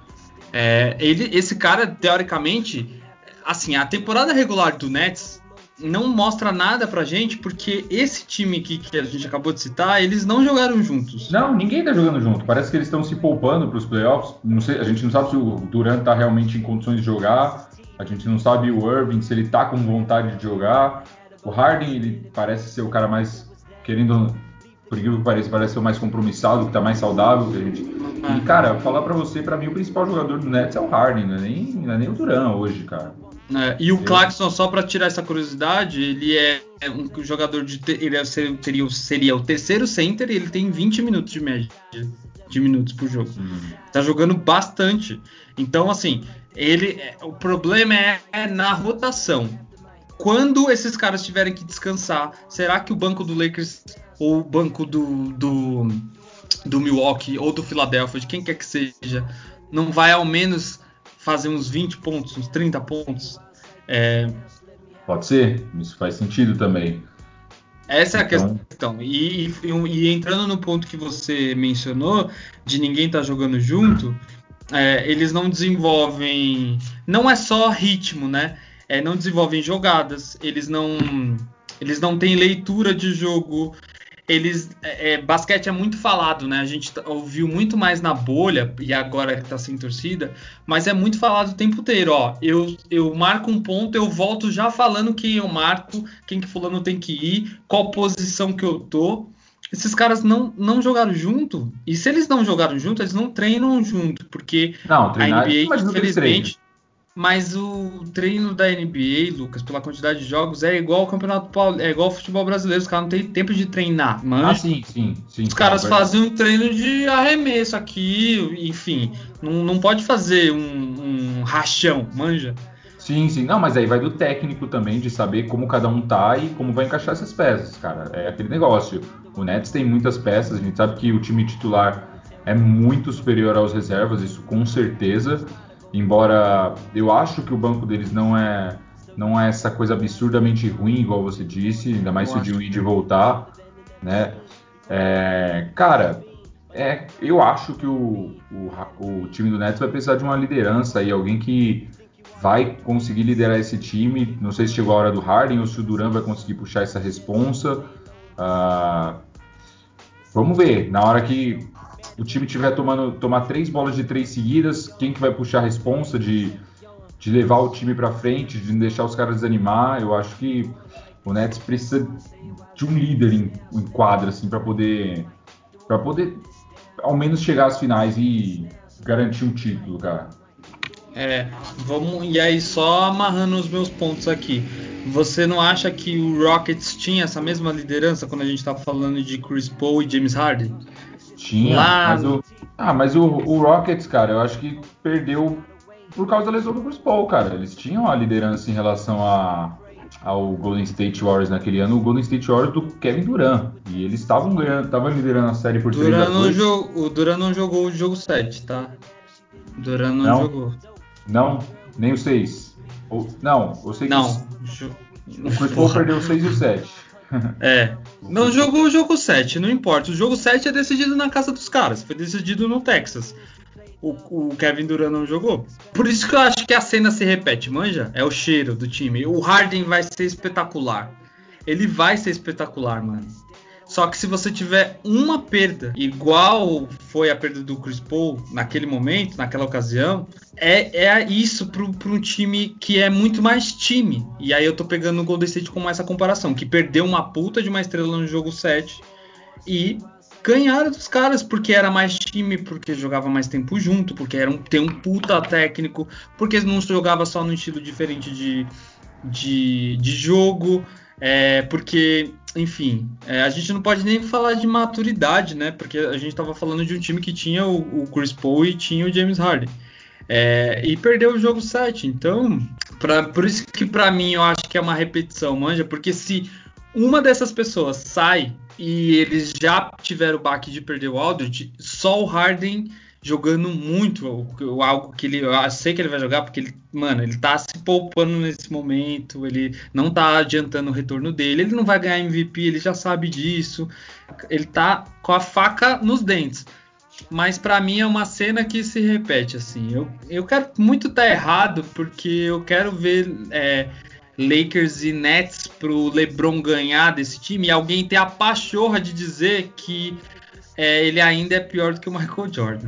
É, ele, esse cara, teoricamente, assim, a temporada regular do Nets não mostra nada pra gente, porque esse time que, que a gente acabou de citar, eles não jogaram juntos. Não, ninguém tá jogando junto. Parece que eles estão se poupando para os playoffs. Não sei, a gente não sabe se o Durant tá realmente em condições de jogar. A gente não sabe o Irving se ele tá com vontade de jogar. O Harden, ele parece ser o cara mais querendo, por incrível que pareça, parece ser o mais compromissado, que tá mais saudável que a gente. E cara, falar para você, para mim o principal jogador do Nets é o Harden, não é nem, não é nem o Durant hoje, cara. É, e o Eu, Claxton, só para tirar essa curiosidade, ele é um jogador de. Ele é, seria, seria o terceiro center e ele tem vinte minutos de média de minutos por jogo. hum, Tá jogando bastante. Então, assim, ele. O problema é, é na rotação. Quando esses caras tiverem que descansar, será que o banco do Lakers ou o banco do, do, do Milwaukee ou do Philadelphia, de quem quer que seja, não vai ao menos fazer uns vinte pontos, uns trinta pontos? É, pode ser, isso faz sentido também. essa é a Então, questão. E, e, e entrando no ponto que você mencionou, de ninguém estar tá jogando junto, é, eles não desenvolvem. Não é só ritmo, né? É, não desenvolvem jogadas, eles não. Eles não têm leitura de jogo. Eles. É, é, basquete é muito falado, né? A gente tá- ouviu muito mais na bolha, e agora que tá sem torcida, mas é muito falado o tempo inteiro, ó. Eu, eu marco um ponto, eu volto já falando quem eu marco, quem que fulano tem que ir, qual posição que eu tô. Esses caras não, não jogaram junto, e se eles não jogaram junto, eles não treinam junto, porque não, a treinar, N B A, imagino que eles treinem. infelizmente, Mas o treino da N B A, Lucas, pela quantidade de jogos, é igual ao Campeonato Paul... é igual ao futebol brasileiro. Os caras não têm tempo de treinar, Ah, manja. sim, sim, sim. Os Não, caras verdade. fazem um treino de arremesso aqui, enfim. Não, não pode fazer um, um rachão, manja. Sim, sim. Não, mas aí vai do técnico também, de saber como cada um tá e como vai encaixar essas peças, cara. É aquele negócio. O Nets tem muitas peças, a gente sabe que o time titular é muito superior aos reservas, isso com certeza. Embora eu acho que o banco deles não é não é essa coisa absurdamente ruim, igual você disse, ainda mais Eu se o acho Dinwiddie que voltar, né? É, cara, é, eu acho que o, o, o time do Nets vai precisar de uma liderança aí, alguém que vai conseguir liderar esse time. Não sei se chegou a hora do Harden ou se o Durant vai conseguir puxar essa responsa. Ah, vamos ver. Na hora que o time tiver tomando tomar três bolas de três seguidas, quem que vai puxar a responsa de, de levar o time para frente, de não deixar os caras desanimar? Eu acho que o Nets precisa de um líder em, em quadra assim para poder para poder ao menos chegar às finais e garantir um título, cara. É, vamos, e aí só amarrando os meus pontos aqui. Você não acha que o Rockets tinha essa mesma liderança quando a gente estava falando de Chris Paul e James Harden? Tinha, Lá, mas o. Ah, mas o, o Rockets, cara, eu acho que perdeu por causa da lesão do Chris Paul, cara. Eles tinham a liderança em relação a, ao Golden State Warriors naquele ano, o Golden State Warriors do Kevin Durant. E eles estavam ganhando, estavam liderando a série por três a Duran não, dois. jo- o Duran não jogou o jogo sete, tá? Duran não Não, jogou. não, nem o seis. Ou, não, eu sei que os- Não. jo- o Chris Paul Porra. perdeu o seis e o sete. É. O Não Chris Paul. jogou o jogo sete, não importa. O jogo sete é decidido na casa dos caras. Foi decidido no Texas. O, o Kevin Durant não jogou. Por isso que eu acho que a cena se repete, manja? É o cheiro do time. O Harden vai ser espetacular. Ele vai ser espetacular, mano. Só que se você tiver uma perda, igual foi a perda do Chris Paul naquele momento, naquela ocasião, é, é isso para um time que é muito mais time. E aí eu tô pegando o Golden State como essa comparação, que perdeu uma puta de uma estrela no jogo sete e ganharam dos caras porque era mais time, porque jogava mais tempo junto, porque era um, tem um puta técnico, porque não jogava só no estilo diferente de, de, de jogo, é, porque, enfim, é, a gente não pode nem falar de maturidade, né? Porque a gente estava falando de um time que tinha o, o Chris Paul e tinha o James Harden. É, e perdeu o jogo sete. Então, pra, por isso que para mim eu acho que é uma repetição, manja, porque se uma dessas pessoas sai e eles já tiveram o baque de perder o Aldridge, só o Harden jogando muito, algo que ele, eu sei que ele vai jogar, porque ele, mano, ele tá se poupando nesse momento, ele não tá adiantando o retorno dele, ele não vai ganhar M V P, ele já sabe disso, ele tá com a faca nos dentes. Mas pra mim é uma cena que se repete, assim. Eu, eu quero muito estar errado, porque eu quero ver é, Lakers e Nets pro LeBron ganhar desse time e alguém ter a pachorra de dizer que é, ele ainda é pior do que o Michael Jordan.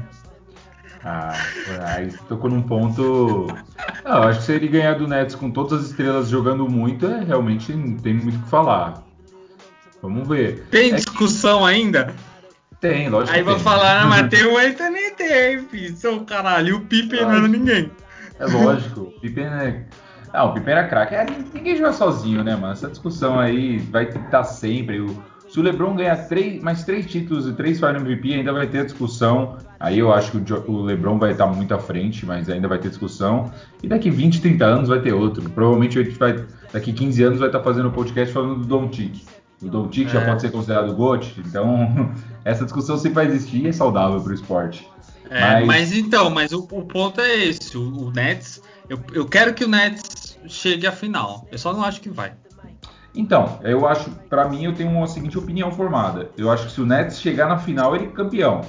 Ah, aí você tocou num ponto. Não, eu acho que se ele ganhar do Nets com todas as estrelas jogando muito, é realmente não tem muito o que falar. Vamos ver. Tem É que discussão ainda? tem, lógico Aí que vou tem. falar, não, mas tem o Anthony Davis, seu caralho, e o Pippen não era Lógico. ninguém. É lógico. O Pippen é. Ah, o Pippen era craque. É, ninguém joga sozinho, né, mano? Essa discussão aí vai estar sempre. O- se o LeBron ganhar três, mais três títulos e três Final M V P, ainda vai ter discussão. Aí eu acho que o, Jo- o LeBron vai estar muito à frente, mas ainda vai ter discussão. E daqui vinte, trinta anos vai ter outro. Provavelmente a gente vai, daqui quinze anos vai estar fazendo um podcast falando do Doncic. O Doncic já pode É, ser considerado GOAT. Então, essa discussão sempre vai existir e é saudável para o esporte. é, mas Mas então, mas o, o ponto é esse, o, o Nets, eu, eu quero que o Nets chegue à final. Eu só não acho que vai. Então, eu acho, pra mim, eu tenho uma seguinte opinião formada. Eu acho que se o Nets chegar na final, ele é campeão.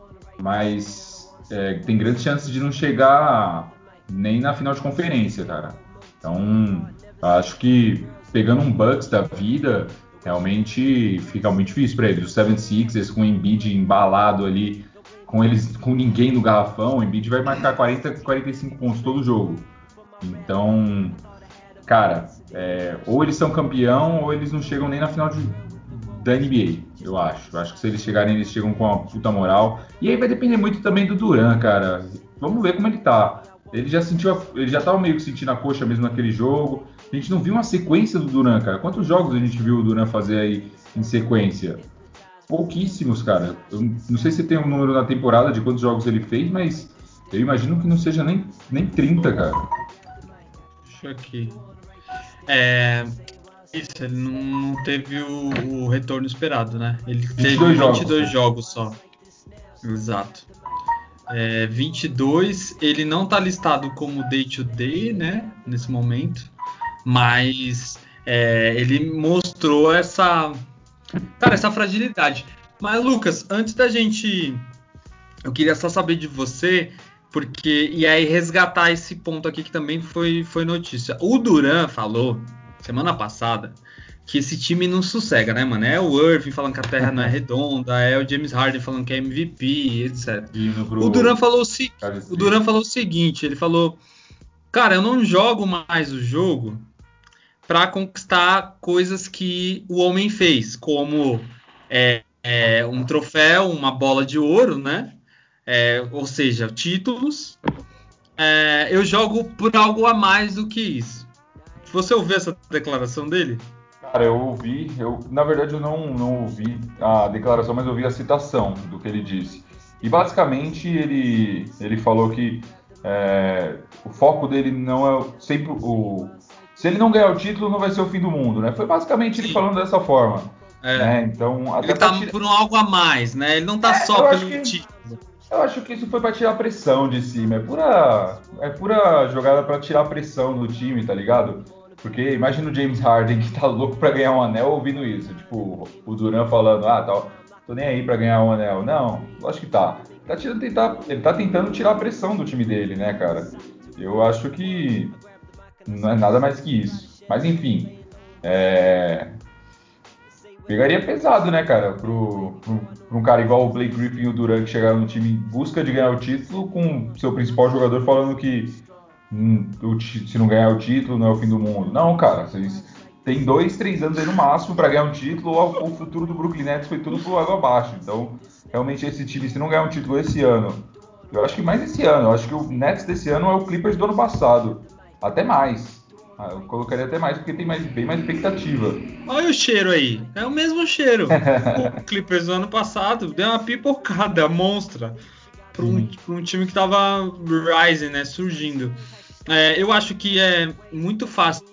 Mas é, tem grandes chances de não chegar nem na final de conferência, cara. Então, acho que pegando um Bucks da vida, realmente fica muito difícil para eles. Os setenta e seis com o Embiid embalado ali, com eles, com ninguém no garrafão, o Embiid vai marcar quarenta, quarenta e cinco pontos todo jogo. Então, cara, é, ou eles são campeão ou eles não chegam nem na final de, da N B A, eu acho. Eu acho que se eles chegarem, eles chegam com uma puta moral. E aí vai depender muito também do Duran, cara. Vamos ver como ele tá. ele já sentiu, a, ele já tava meio que sentindo a coxa mesmo naquele jogo. A gente não viu uma sequência do Duran, cara. Quantos jogos a gente viu o Duran fazer aí em sequência? Pouquíssimos, cara. Eu não sei se tem um número na temporada de quantos jogos ele fez, mas eu imagino que não seja nem, nem trinta, cara. Deixa eu aqui. É, isso, ele não teve o, o retorno esperado, né? Ele teve vinte e dois jogos só. Exato. É, vinte e dois, ele não tá listado como day to day, né? Nesse momento. Mas é, ele mostrou essa. Cara, essa fragilidade. Mas, Lucas, antes da gente. Eu queria só saber de você, porque. E aí, resgatar esse ponto aqui que também foi, foi notícia. O Duran falou, semana passada, que esse time não sossega, né, mano? É o Irving falando que a Terra não é redonda, é o James Harden falando que é M V P, etcétera. O Duran falou, o, o Duran falou o seguinte: ele falou, cara, eu não jogo mais o jogo para conquistar coisas que o homem fez, como é, é, um troféu, uma bola de ouro, né? É, ou seja, títulos. É, eu jogo por algo a mais do que isso. Você ouviu essa declaração dele? Cara, eu ouvi, eu, na verdade eu não, não ouvi a declaração, mas eu ouvi a citação do que ele disse. E basicamente ele, ele falou que é, o foco dele não é sempre o. Se ele não ganhar o título, não vai ser o fim do mundo, né? Foi basicamente Sim. ele falando dessa forma. É. Né? Então, até ele tá tira... por um algo a mais, né? Ele não tá é, só pelo que... título. Eu acho que isso foi para tirar a pressão de cima. É pura, é pura jogada para tirar a pressão do time, tá ligado? Porque imagina o James Harden que tá louco para ganhar um anel ouvindo isso. Tipo, o Duran falando, ah, tá, tô nem aí para ganhar um anel. Não, acho que tá. Tá tirando, tentar, ele tá tentando tirar a pressão do time dele, né, cara? Eu acho que não é nada mais que isso. Mas enfim, é... pegaria pesado, né, cara, pro, pro, pro um cara igual o Blake Griffin e o Durant que chegaram no time em busca de ganhar o título, com seu principal jogador falando que hum, o, se não ganhar o título não é o fim do mundo. Não, cara, vocês têm dois, três anos aí no máximo para ganhar um título, ou o futuro do Brooklyn Nets foi tudo pro água abaixo. Então, realmente, esse time, se não ganhar um título esse ano, eu acho que mais esse ano, eu acho que o Nets desse ano é o Clippers do ano passado, até mais. Eu colocaria até mais, porque tem mais, bem mais expectativa. Olha o cheiro aí. É o mesmo cheiro. O Clippers do ano passado deu uma pipocada monstra para um, um time que tava rising, né? Surgindo. É, eu acho que é muito fácil.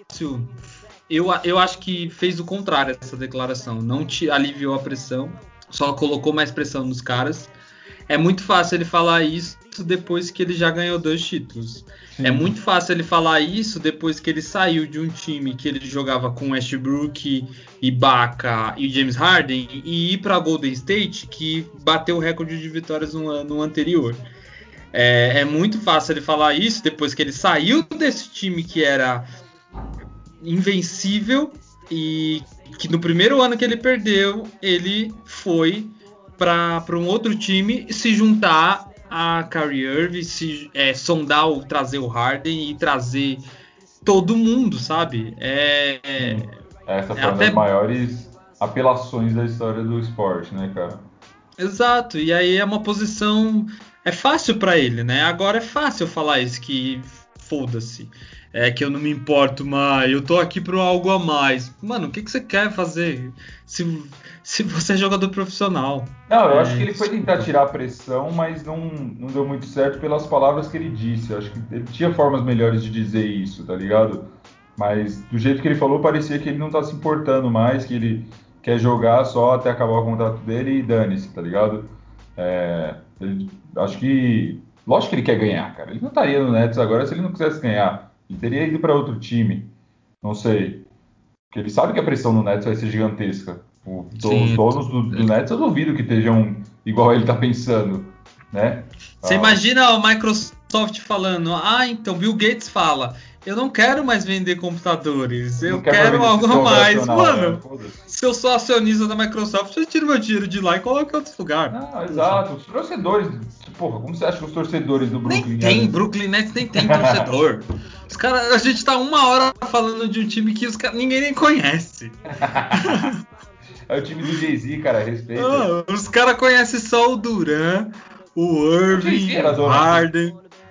Eu, eu acho que fez o contrário essa declaração. Não te aliviou a pressão, só colocou mais pressão nos caras. É muito fácil ele falar isso depois que ele já ganhou dois títulos. Sim. É muito fácil ele falar isso depois que ele saiu de um time que ele jogava com Westbrook, Ibaka e James Harden e ir para Golden State, que bateu o recorde de vitórias no ano anterior. É, é muito fácil ele falar isso depois que ele saiu desse time que era invencível e que no primeiro ano que ele perdeu, ele foi para um outro time se juntar a Kyrie Irving, se é, sondar ou trazer o Harden e trazer todo mundo, sabe? É, é, Essa foi é uma até... das maiores apelações da história do esporte, né, cara? Exato, e aí é uma posição... É fácil para ele, né? Agora é fácil falar isso, que foda-se. É que eu não me importo mais, eu tô aqui pro algo a mais. Mano, o que, que você quer fazer se, se você é jogador profissional? Não, eu é, acho que ele foi tentar tirar a pressão, mas não, não deu muito certo pelas palavras que ele disse. Eu acho que ele tinha formas melhores de dizer isso, tá ligado? Mas do jeito que ele falou, parecia que ele não tá se importando mais, que ele quer jogar só até acabar o contrato dele e dane-se, tá ligado? É, ele, acho que... Lógico que ele quer ganhar, cara. Ele não estaria no Nets agora se ele não quisesse ganhar. Ele teria ido para outro time. Não sei. Porque ele sabe que a pressão no Nets vai ser gigantesca. O, Sim, os donos do, do Nets eu duvido que estejam igual ele está pensando, né? Você ah, imagina a Microsoft falando, ah, então Bill Gates fala, eu não quero mais vender computadores, eu quero algo a mais. Mano, né? Se eu sou acionista da Microsoft, eu tiro meu dinheiro de lá e coloco em outro lugar. Não, porra. Exato. Os torcedores, porra, como você acha que os torcedores do Brooklyn Nets... Nem tem, Brooklyn Nets nem tem torcedor. Os cara, a gente tá uma hora falando de um time que os cara, ninguém nem conhece. É o time do Jay-Z, cara, respeita. Ah, os caras conhecem só o Duran, o Irving, o, o Harden.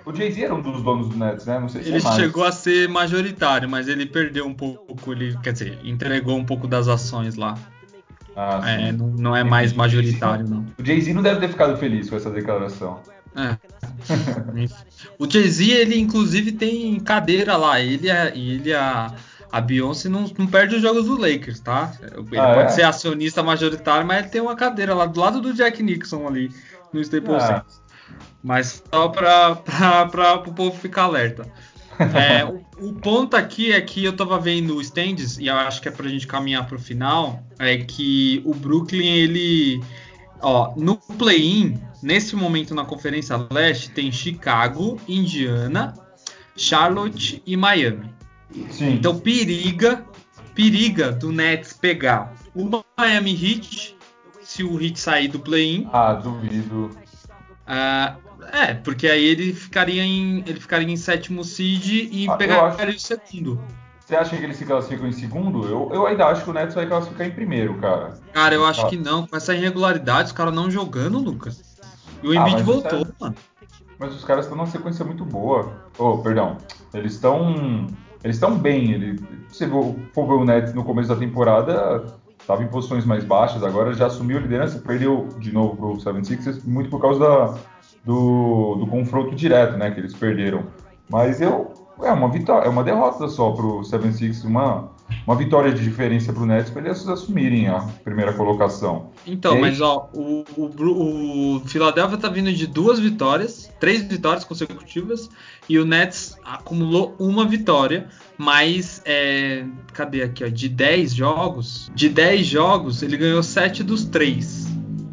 O Jay-Z era um dos donos do Nets, né? Não sei se Ele é mais. chegou a ser majoritário, mas ele perdeu um pouco, ele, quer dizer, entregou um pouco das ações lá. Ah, É, sim. não, não é Enfim, mais o Jay-Z majoritário, não, não. o Jay-Z não deve ter ficado feliz com essa declaração. É. O Jay-Z, ele inclusive tem cadeira lá. Ele, é, ele a, a Beyoncé não, não perde os jogos do Lakers, tá? Ele Ah, pode é? ser acionista majoritário, mas ele tem uma cadeira lá do lado do Jack Nixon ali no Staples Ah. Center. Mas só para o povo ficar alerta. É, o, o ponto aqui é que eu tava vendo o stands, e eu acho que é pra gente caminhar pro final, é que o Brooklyn, ele... Ó, no play-in, nesse momento na Conferência Leste, tem Chicago, Indiana, Charlotte e Miami. Sim. Então periga, periga do Nets pegar o Miami Heat, se o Heat sair do play-in. Ah, duvido. Ah, é, porque aí ele ficaria em, ele ficaria em sétimo seed e Ah, eu pegaria acho. o segundo. Você acha que eles se classificam em segundo? Eu, eu ainda acho que o Nets vai classificar em primeiro, cara. Cara, eu acho Ah, que não. Com essa irregularidade, os caras não jogando, Lucas. E o ah, Embiid mas os, voltou, caras- mano. mas os caras estão numa sequência muito boa. Oh, perdão. Eles estão. Eles estão bem. Ele, se você for ver o Nets no começo da temporada, estava em posições mais baixas, agora já assumiu a liderança, perdeu de novo pro setenta e seis, muito por causa da, do, do confronto direto, né, que eles perderam. Mas eu é uma vitória, é uma derrota só pro setenta e seis, uma uma vitória de diferença pro Nets para eles assumirem a primeira colocação. E Então, aí, mas ó, o, o, o Philadelphia tá vindo de duas vitórias, três vitórias consecutivas, e o Nets acumulou uma vitória, mas é, cadê aqui, ó, de dez jogos, de dez jogos, ele ganhou sete dos três.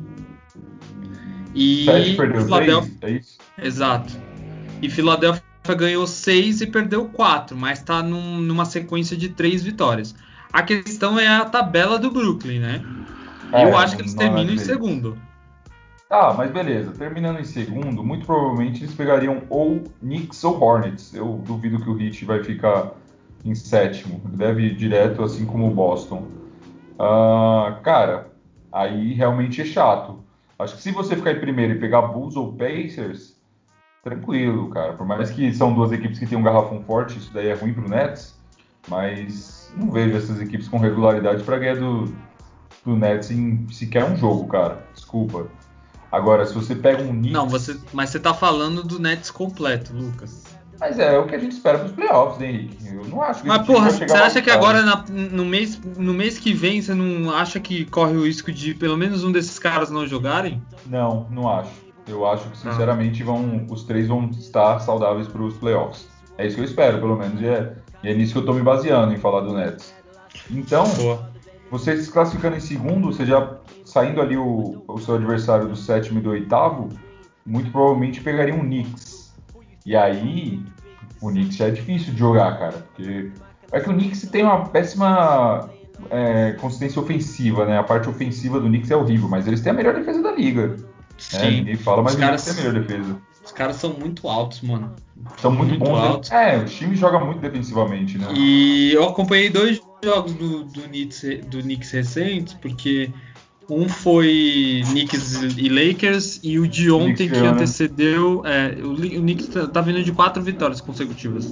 sete E perdeu três, Philadelphia, é isso? exato. E Philadelphia ganhou seis e perdeu quatro, mas está num, numa sequência de três vitórias. A questão é a tabela do Brooklyn, né? Eu É, acho não, que eles não terminam em analisei. segundo. Ah, mas beleza. Terminando em segundo, muito provavelmente eles pegariam ou Knicks ou Hornets. Eu duvido que o Heat vai ficar em sétimo. Ele deve ir direto, assim como o Boston. Ah, cara, aí realmente é chato. Acho que se você ficar em primeiro e pegar Bulls ou Pacers, tranquilo, cara. Por mais que são duas equipes que têm um garrafão forte, isso daí é ruim pro Nets. Mas não vejo essas equipes com regularidade para ganhar do, do Nets em sequer um jogo, cara. Desculpa. Agora, se você pega um Não, você, Knicks. mas você tá falando do Nets completo, Lucas. Mas é, é o que a gente espera para os playoffs, né, Henrique? Eu não acho que esse Mas, time porra, vai chegar você acha que agora machucado. na- no, mês, no mês que vem você não acha que corre o risco de pelo menos um desses caras não jogarem? Não, não acho. Eu acho que, Ah, sinceramente, vão, os três vão estar saudáveis para os playoffs. É isso que eu espero, pelo menos. E é, e é nisso que eu estou me baseando em falar do Nets. Então, boa. você se classificando em segundo, você já saindo ali o, o seu adversário do sétimo e do oitavo, muito provavelmente pegaria um Knicks. E aí, o Knicks já é difícil de jogar, cara, porque é que o Knicks tem uma péssima é, consistência ofensiva, né? A parte ofensiva do Knicks é horrível, mas eles têm a melhor defesa da liga, né? Sim. Ninguém fala, Os mas o Knicks tem a melhor caras, defesa. os caras são muito altos, mano. São muito Muito bons. De... altos. É, o time joga muito defensivamente, né? E eu acompanhei dois jogos do, do, Knicks, do Knicks recentes, porque um foi Knicks e Lakers e o de O Knicks ontem que ganhou, né? antecedeu. É, o, o Knicks tá, tá vindo de quatro vitórias consecutivas.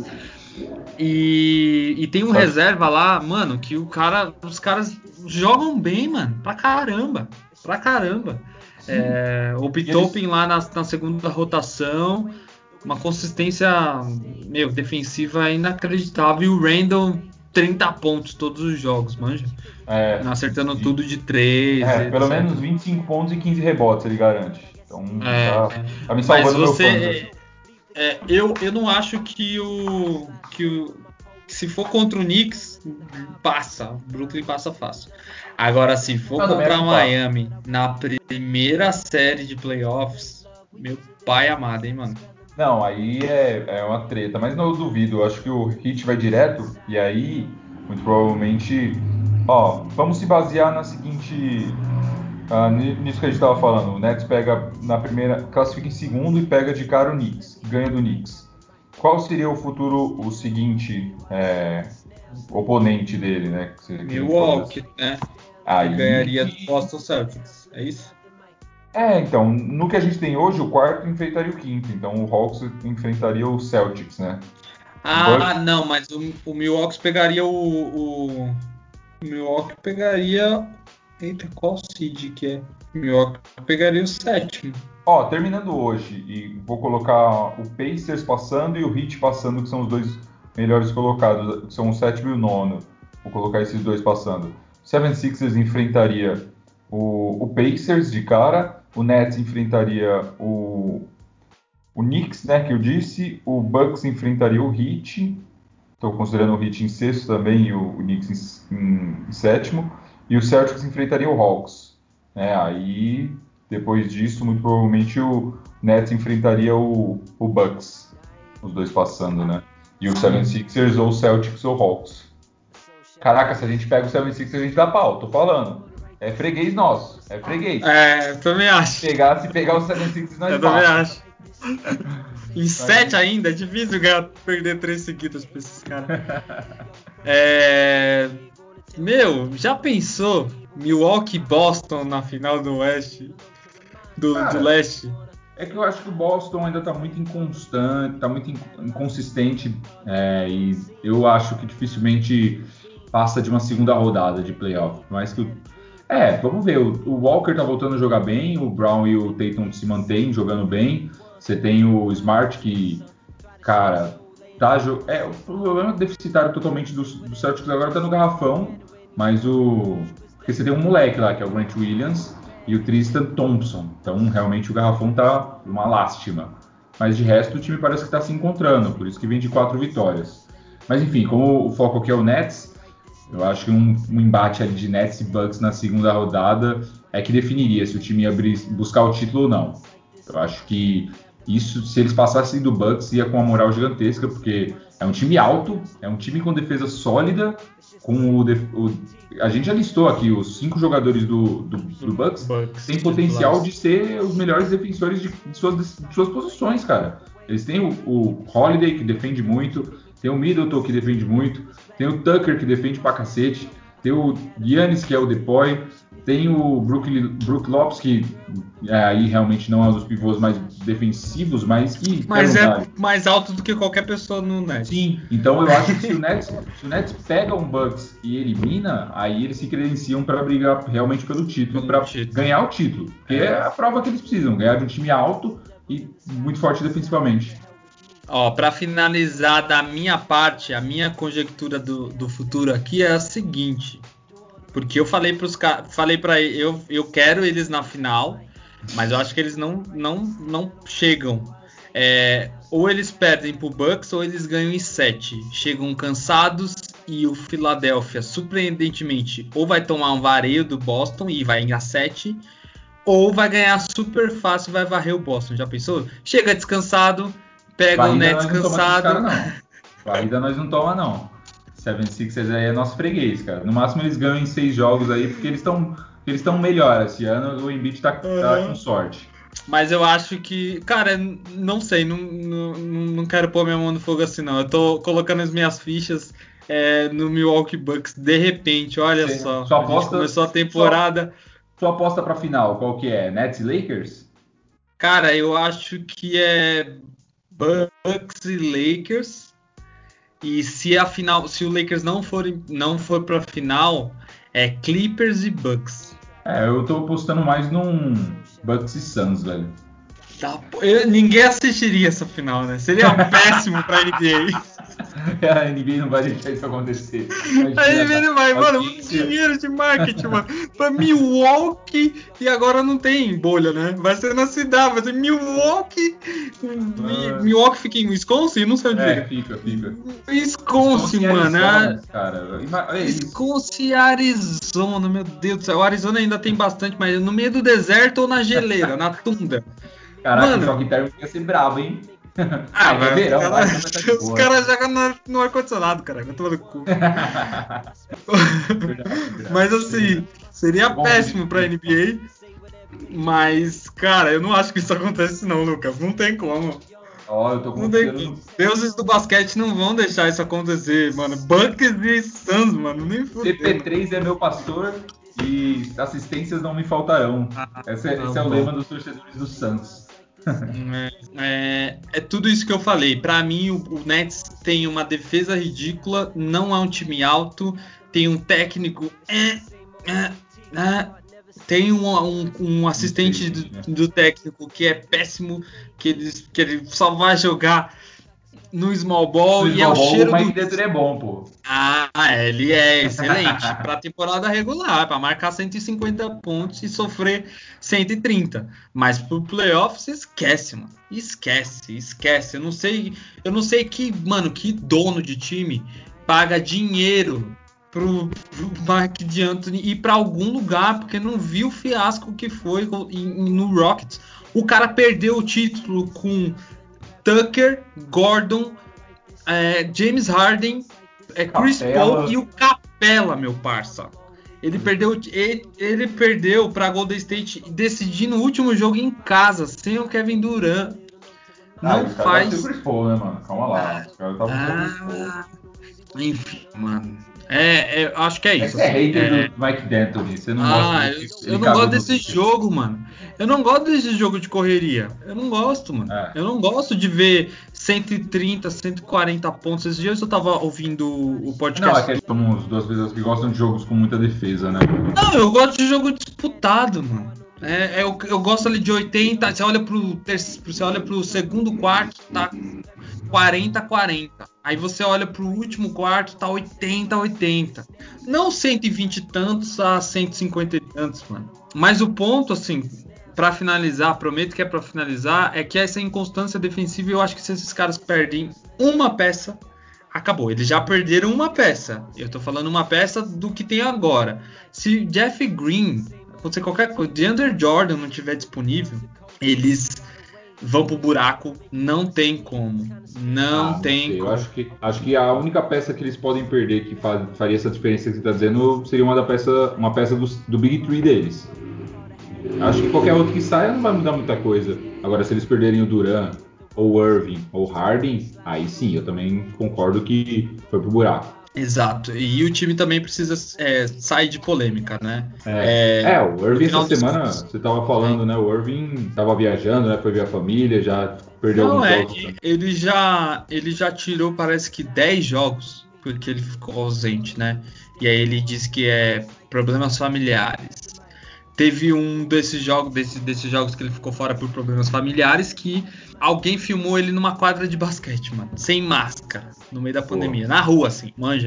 E, e tem um Você acha... reserva lá, mano, que o cara, os caras jogam bem, mano, pra caramba, pra caramba. Sim. É, o E eles... Pitopin lá na, na segunda rotação, uma consistência, meu, defensiva inacreditável. E o Randall, trinta pontos todos os jogos, manja. É, Acertando e- tudo de três, é, pelo menos etcétera. vinte e cinco pontos e quinze rebotes ele garante. Então É, tá, tá me mas salvando meu fantasy. você. É, eu, eu não acho que o, que o. que se for contra o Knicks, passa. O Brooklyn passa fácil. Agora, se for Eu também contra acho a que passa. Miami na primeira série de playoffs, meu pai amado, hein, mano? Não, aí é, é uma treta, mas não eu duvido. Eu acho que o Heat vai direto e aí, muito provavelmente, ó, vamos se basear na seguinte, ah, ni- nisso que a gente estava falando. O Nets pega na primeira, classifica em segundo e pega de cara o Knicks, ganha do Knicks. Qual seria o futuro, o seguinte é, oponente dele, né? Que, se- que a gente pode dizer assim. Milwaukee, né? Que Aí ganharia do que Boston Celtics. É isso? É, então, no que a gente tem hoje, o quarto enfrentaria o quinto. Então o Hawks enfrentaria o Celtics, né? Ah, não, mas o, o Milwaukee pegaria o, o. O Milwaukee pegaria. Eita, qual seed que é? O Milwaukee pegaria o sétimo. Ó, terminando hoje, e vou colocar o Pacers passando e o Heat passando, que são os dois melhores colocados, que são o sétimo e o nono. Vou colocar esses dois passando. O setenta e seis enfrentaria o, o Pacers de cara, o Nets enfrentaria o, o Knicks, né, que eu disse, o Bucks enfrentaria o Heat, estou considerando o Heat em sexto também e o, o Knicks em, em, em sétimo, e o Celtics enfrentaria o Hawks. É, aí, depois disso, muito provavelmente o Nets enfrentaria o, o Bucks, os dois passando, né? E o setenta e seis ou o Celtics ou Hawks. Caraca, se a gente pega o setenta e seis, a gente dá pau, tô falando. É freguês nosso, é freguês. É, eu também acho. Pegar, se pegar o setenta e seis, nós Eu também passa. acho. Em sete ainda, é difícil ganhar, perder três seguidas pra esses caras. É... Meu, já pensou Milwaukee e Boston na final do Oeste? Do, Cara, do Leste? é que eu acho que o Boston ainda tá muito inconstante, tá muito inconsistente, é, e eu acho que dificilmente passa de uma segunda rodada de playoff. Mas que o... É, vamos ver. O, o Walker tá voltando a jogar bem, o Brown e o Tatum se mantêm jogando bem. Você tem o Smart que, cara, tá jo... é, o problema deficitário totalmente do, do Celtics agora tá no garrafão, mas o porque você tem um moleque lá que é o Grant Williams e o Tristan Thompson. Então, realmente o garrafão tá uma lástima. Mas de resto o time parece que tá se encontrando, por isso que vem de quatro vitórias. Mas enfim, como o foco aqui é o Nets, eu acho que um, um embate ali de Nets e Bucks na segunda rodada é que definiria se o time ia abrir, buscar o título ou não. Eu acho que isso, se eles passassem do Bucks, ia com uma moral gigantesca, porque é um time alto, é um time com defesa sólida, com o, def, o a gente já listou aqui os cinco jogadores do, do, do Bucks, Bucks tem potencial titulares. de ser os melhores defensores de, de, suas, de suas posições, cara. Eles têm o, o Holiday, que defende muito, tem o Middleton, que defende muito, tem o Tucker, que defende pra cacete, tem o Giannis, que é o Depoy, tem o Brook, Brook Lopes, que é, aí realmente não é um dos pivôs mais defensivos, mas que quer Mas é jogar. mais alto do que qualquer pessoa no Nets. Sim, então eu acho que se o Nets, se o Nets pega um Bucks e elimina, aí eles se credenciam para brigar realmente pelo título, para ganhar o título. Porque é. é a prova que eles precisam, ganhar de um time alto e muito forte defensivamente. Ó, para finalizar da minha parte, a minha conjectura do, do futuro aqui é a seguinte. Porque eu falei para os caras, falei para eu, eu quero eles na final, mas eu acho que eles não, não, não chegam. É, ou eles perdem pro Bucks ou eles ganham em sete. Chegam cansados e o Philadelphia, surpreendentemente, ou vai tomar um vareio do Boston e vai em sete, ou vai ganhar super fácil e vai varrer o Boston. Já pensou? Chega descansado, pega Varrida o Nets nós não toma desses cansado. caras, não. Varrida nós não toma, não. setenta e seis aí é nosso freguês, cara. No máximo eles ganham em seis jogos aí, porque eles estão eles estão melhor esse ano. O Embiid tá, Uhum. tá com sorte. Mas eu acho que, cara, não sei, não, não, não quero pôr minha mão no fogo assim, não. Eu tô colocando as minhas fichas é, no Milwaukee Bucks. De repente, olha Você, só, sua a gente aposta, começou a temporada. Sua, sua aposta pra final, qual que é? Nets e Lakers? Cara, eu acho que é Bucks e Lakers. E se a final, se o Lakers não for, não for pra final, é Clippers e Bucks. É, eu tô apostando mais num Bucks e Suns, velho. Tá, eu, ninguém assistiria essa final, né? Seria péssimo pra N B A. A N B A não vai deixar isso acontecer. Aí Imagina, ele cara. vai, mano, muito Audiência. dinheiro de marketing, mano. Pra Milwaukee e agora não tem bolha, né? Vai ser na cidade, vai ser Milwaukee. Ah, Milwaukee fica em Wisconsin? Não sei onde é, fica. fica, fica. Wisconsin, e mano. Arizona, Ah, cara. Ima- É isso. Wisconsin e Arizona, meu Deus do céu. O Arizona ainda tem bastante, mas no meio do deserto ou na geleira, na tunda. Caraca, o Mano, choque térmico ia ser brabo, hein? ah, É que é velho, os verão, lá, caras então vai estar de os boa. cara jogam no, no ar-condicionado, cara. Vai tomar no cu. Verdade, verdade. Mas assim, seria Eu confundi péssimo com pra isso. N B A. Mas, cara, eu não acho que isso acontece não, Lucas. Não tem como. Ó, eu tô Não tem confiando como. no Deuses do basquete não vão deixar isso acontecer, mano. Bucks e Suns, mano. Nem C P fudendo. três é meu pastor. e assistências não me faltarão. Esse é, Ah, esse é o bom. lema dos torcedores do Suns. É, é, é tudo isso que eu falei. Pra mim, o, o Nets tem uma defesa ridícula, não é um time alto, tem um técnico. É, é, é, tem um, um, um assistente do, do técnico que é péssimo, que ele, que ele só vai jogar no small ball No e é o small ball, cheiro o Mike do. D'Antoni é bom, pô. Ah, ele é excelente para temporada regular, para marcar cento e cinquenta pontos e sofrer cento e trinta. Mas pro playoffs esquece, mano. Esquece, esquece. Eu não sei, eu não sei que, mano, que dono de time paga dinheiro pro, pro Mark D'Antoni ir para algum lugar porque não viu o fiasco que foi no Rockets. O cara perdeu o título com Tucker, Gordon, é, James Harden, é, Chris Capela. Paul e o Capela, meu parça. Ele perdeu, ele, ele perdeu para Golden State decidindo o último jogo em casa, sem o Kevin Durant. Ah, Não e os caras estavam sem o faz. Chris Paul, né, mano? Calma lá. Os caras estavam sem o Chris Paul. Ah, enfim, mano. É, é, acho que é isso. Você é Assim, hater é, do Mike D'Antoni. Você não gosta ah, do eu, que eu ele não gosto cagou no desse Lakers. jogo, mano. Eu não gosto desse jogo de correria. Eu não gosto, mano. É. Eu não gosto de ver cento e trinta, cento e quarenta pontos. Esses dias eu tava ouvindo o Não, é podcast que a do. gente somos duas pessoas que gostam de jogos com muita defesa, né? Não, eu gosto de jogo disputado, mano. É, é, eu, eu gosto ali de oitenta. Você olha pro, terceiro, você olha pro segundo quarto, tá quarenta a quarenta. Aí você olha pro último quarto, tá oitenta a oitenta. Não cento e vinte e tantos a cento e cinquenta e tantos, mano. Mas o ponto, assim, pra finalizar, prometo que é pra finalizar, é que essa inconstância defensiva, eu acho que se esses caras perdem uma peça, acabou. Eles já perderam uma peça. Eu tô falando uma peça do que tem agora. Se Jeff Green, acontecer qualquer coisa, DeAndre Jordan não tiver disponível, eles vão pro buraco, não tem como. Não Ah, não tem sei. Eu como. acho que, acho que a única peça que eles podem perder que fa- faria essa diferença que você está dizendo seria uma, da peça, uma peça do, do Big Three deles. Acho que qualquer outro que saia não vai mudar muita coisa. Agora, se eles perderem o Durant, ou o Irving, ou o Harden, aí sim, eu também concordo que foi pro buraco. Exato. E o time também precisa é, sair de polêmica, né? É, É, é, o no Irving essa final dos semana, contos. você tava falando, né? O Irving tava viajando, né? Foi ver a família, já perdeu Não, alguns é. jogos. Também. Ele já, ele já tirou, parece que dez jogos, porque ele ficou ausente, né? E aí ele disse que é problemas familiares. Teve um desses jogos, desse, desses jogos que ele ficou fora por problemas familiares, que alguém filmou ele numa quadra de basquete, mano, sem máscara, no meio da Pô. pandemia, na rua, assim, manja.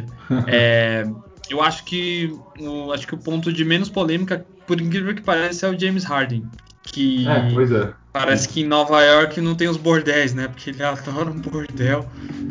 É, eu acho que o, acho que o ponto de menos polêmica, por incrível que pareça, é o James Harden, É, que pois é. parece que em Nova York não tem os bordéis, né? Porque ele adora um bordel,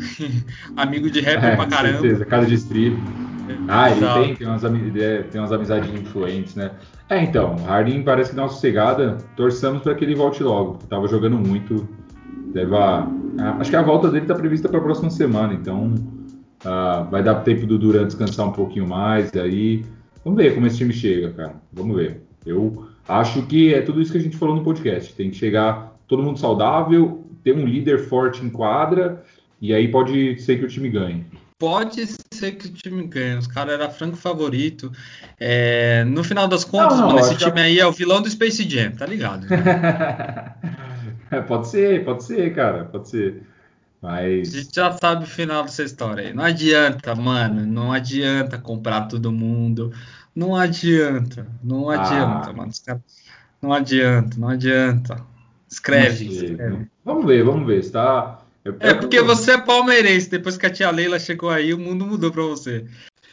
amigo de rapper É, pra caramba. certeza. Casa de strip. Ah, ele tem, Exato. tem, umas, ami- ele é- tem umas amizades influentes, né? É, então, o Harden parece que dá uma sossegada. Torçamos para que ele volte logo. Tava jogando muito. Deve a- a- acho que a volta dele tá prevista para a próxima semana, então ah, vai dar tempo do Durant descansar um pouquinho mais. E aí, vamos ver como esse time chega, cara. Vamos ver. Eu acho que é tudo isso que a gente falou no podcast. Tem que chegar todo mundo saudável, ter um líder forte em quadra, e aí pode ser que o time ganhe. Pode ser que o time ganhe. Os caras eram franco favorito. É, no final das Não, contas, não, mano, eu esse acho que time a... aí é o vilão do Space Jam, tá ligado, né? É, pode ser, pode ser, cara, pode ser. A gente Mas. já sabe o final dessa história aí. Não adianta, mano. Não adianta comprar todo mundo. Não adianta. Não adianta, Ah, mano. Os caras- Não adianta, não adianta. não Escreve, sei. escreve. Vamos ver, vamos ver. Está... É, é É o que porque eu. você é palmeirense. Depois que a tia Leila chegou aí, o mundo mudou pra você.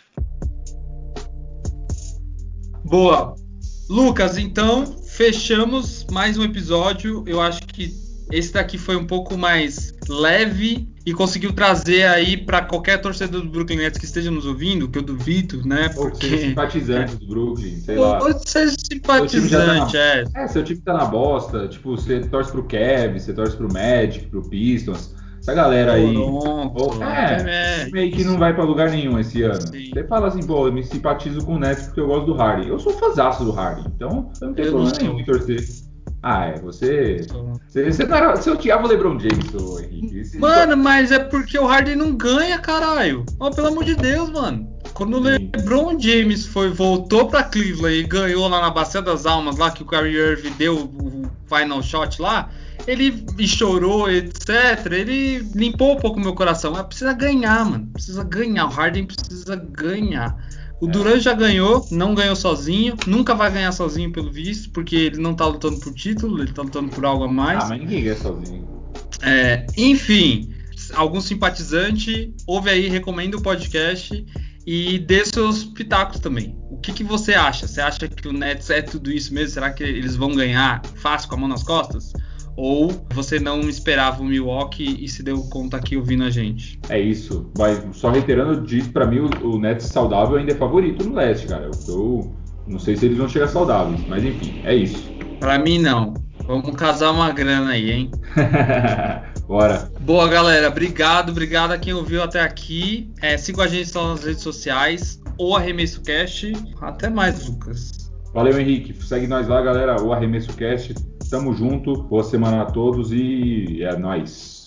Boa. Lucas, então fechamos mais um episódio. Eu acho que esse daqui foi um pouco mais leve e conseguiu trazer aí para qualquer torcedor do Brooklyn Nets que esteja nos ouvindo, que eu duvido, né? Ou que seja Porque é, simpatizante do Brooklyn, sei ou lá. seja Seu time já tá simpatizante, na. é. É, seu time tá na bosta. Tipo, você torce pro Cavs, você torce pro Magic, pro Pistons. Essa galera aí. Ou, Toronto, é, esse é, time aí que não vai pra lugar nenhum esse ano. sim. Você fala assim, pô, eu me simpatizo com o Nets porque eu gosto do Harden. Eu sou fãzaço do Harden, então eu não tenho Eu não problema nenhum em sou. torcer. Ah, é, você. sou. Você, você não era. Você odiava o LeBron James, ô Henrique. Esse- Mano, mas é porque o Harden não ganha, caralho. Oh, pelo amor de Deus, mano. Quando o LeBron James foi, voltou pra Cleveland e ganhou lá na Bacia das Almas, lá que o Kyrie Irving deu o final shot lá, ele chorou, etcétera. Ele limpou um pouco o meu coração. Mas precisa ganhar, mano. Precisa ganhar. O Harden precisa ganhar. O Durant já ganhou, não ganhou sozinho. Nunca vai ganhar sozinho, pelo visto, porque ele não tá lutando por título, ele tá lutando por algo a mais. Ah, mas ninguém ganha sozinho. É, enfim, algum simpatizante, ouve aí, recomenda o podcast e dê seus pitacos também. O que, que você acha? Você acha que o Nets é tudo isso mesmo? Será que eles vão ganhar fácil com a mão nas costas? Ou você não esperava o Milwaukee e se deu conta aqui ouvindo a gente? É isso. Mas só reiterando, dito pra mim, o, o Nets saudável ainda é favorito no leste, cara. Eu, eu não sei se eles vão chegar saudáveis, mas enfim, é isso. Pra mim, não. Vamos casar uma grana aí, hein? Bora. Boa, galera. Obrigado, obrigado a quem ouviu até aqui. É, siga a gente nas redes sociais, o Arremesso Cast. Até mais, Lucas. Valeu, Henrique. Segue nós lá, galera. O Arremesso Cast. Tamo junto. Boa semana a todos e é nóis.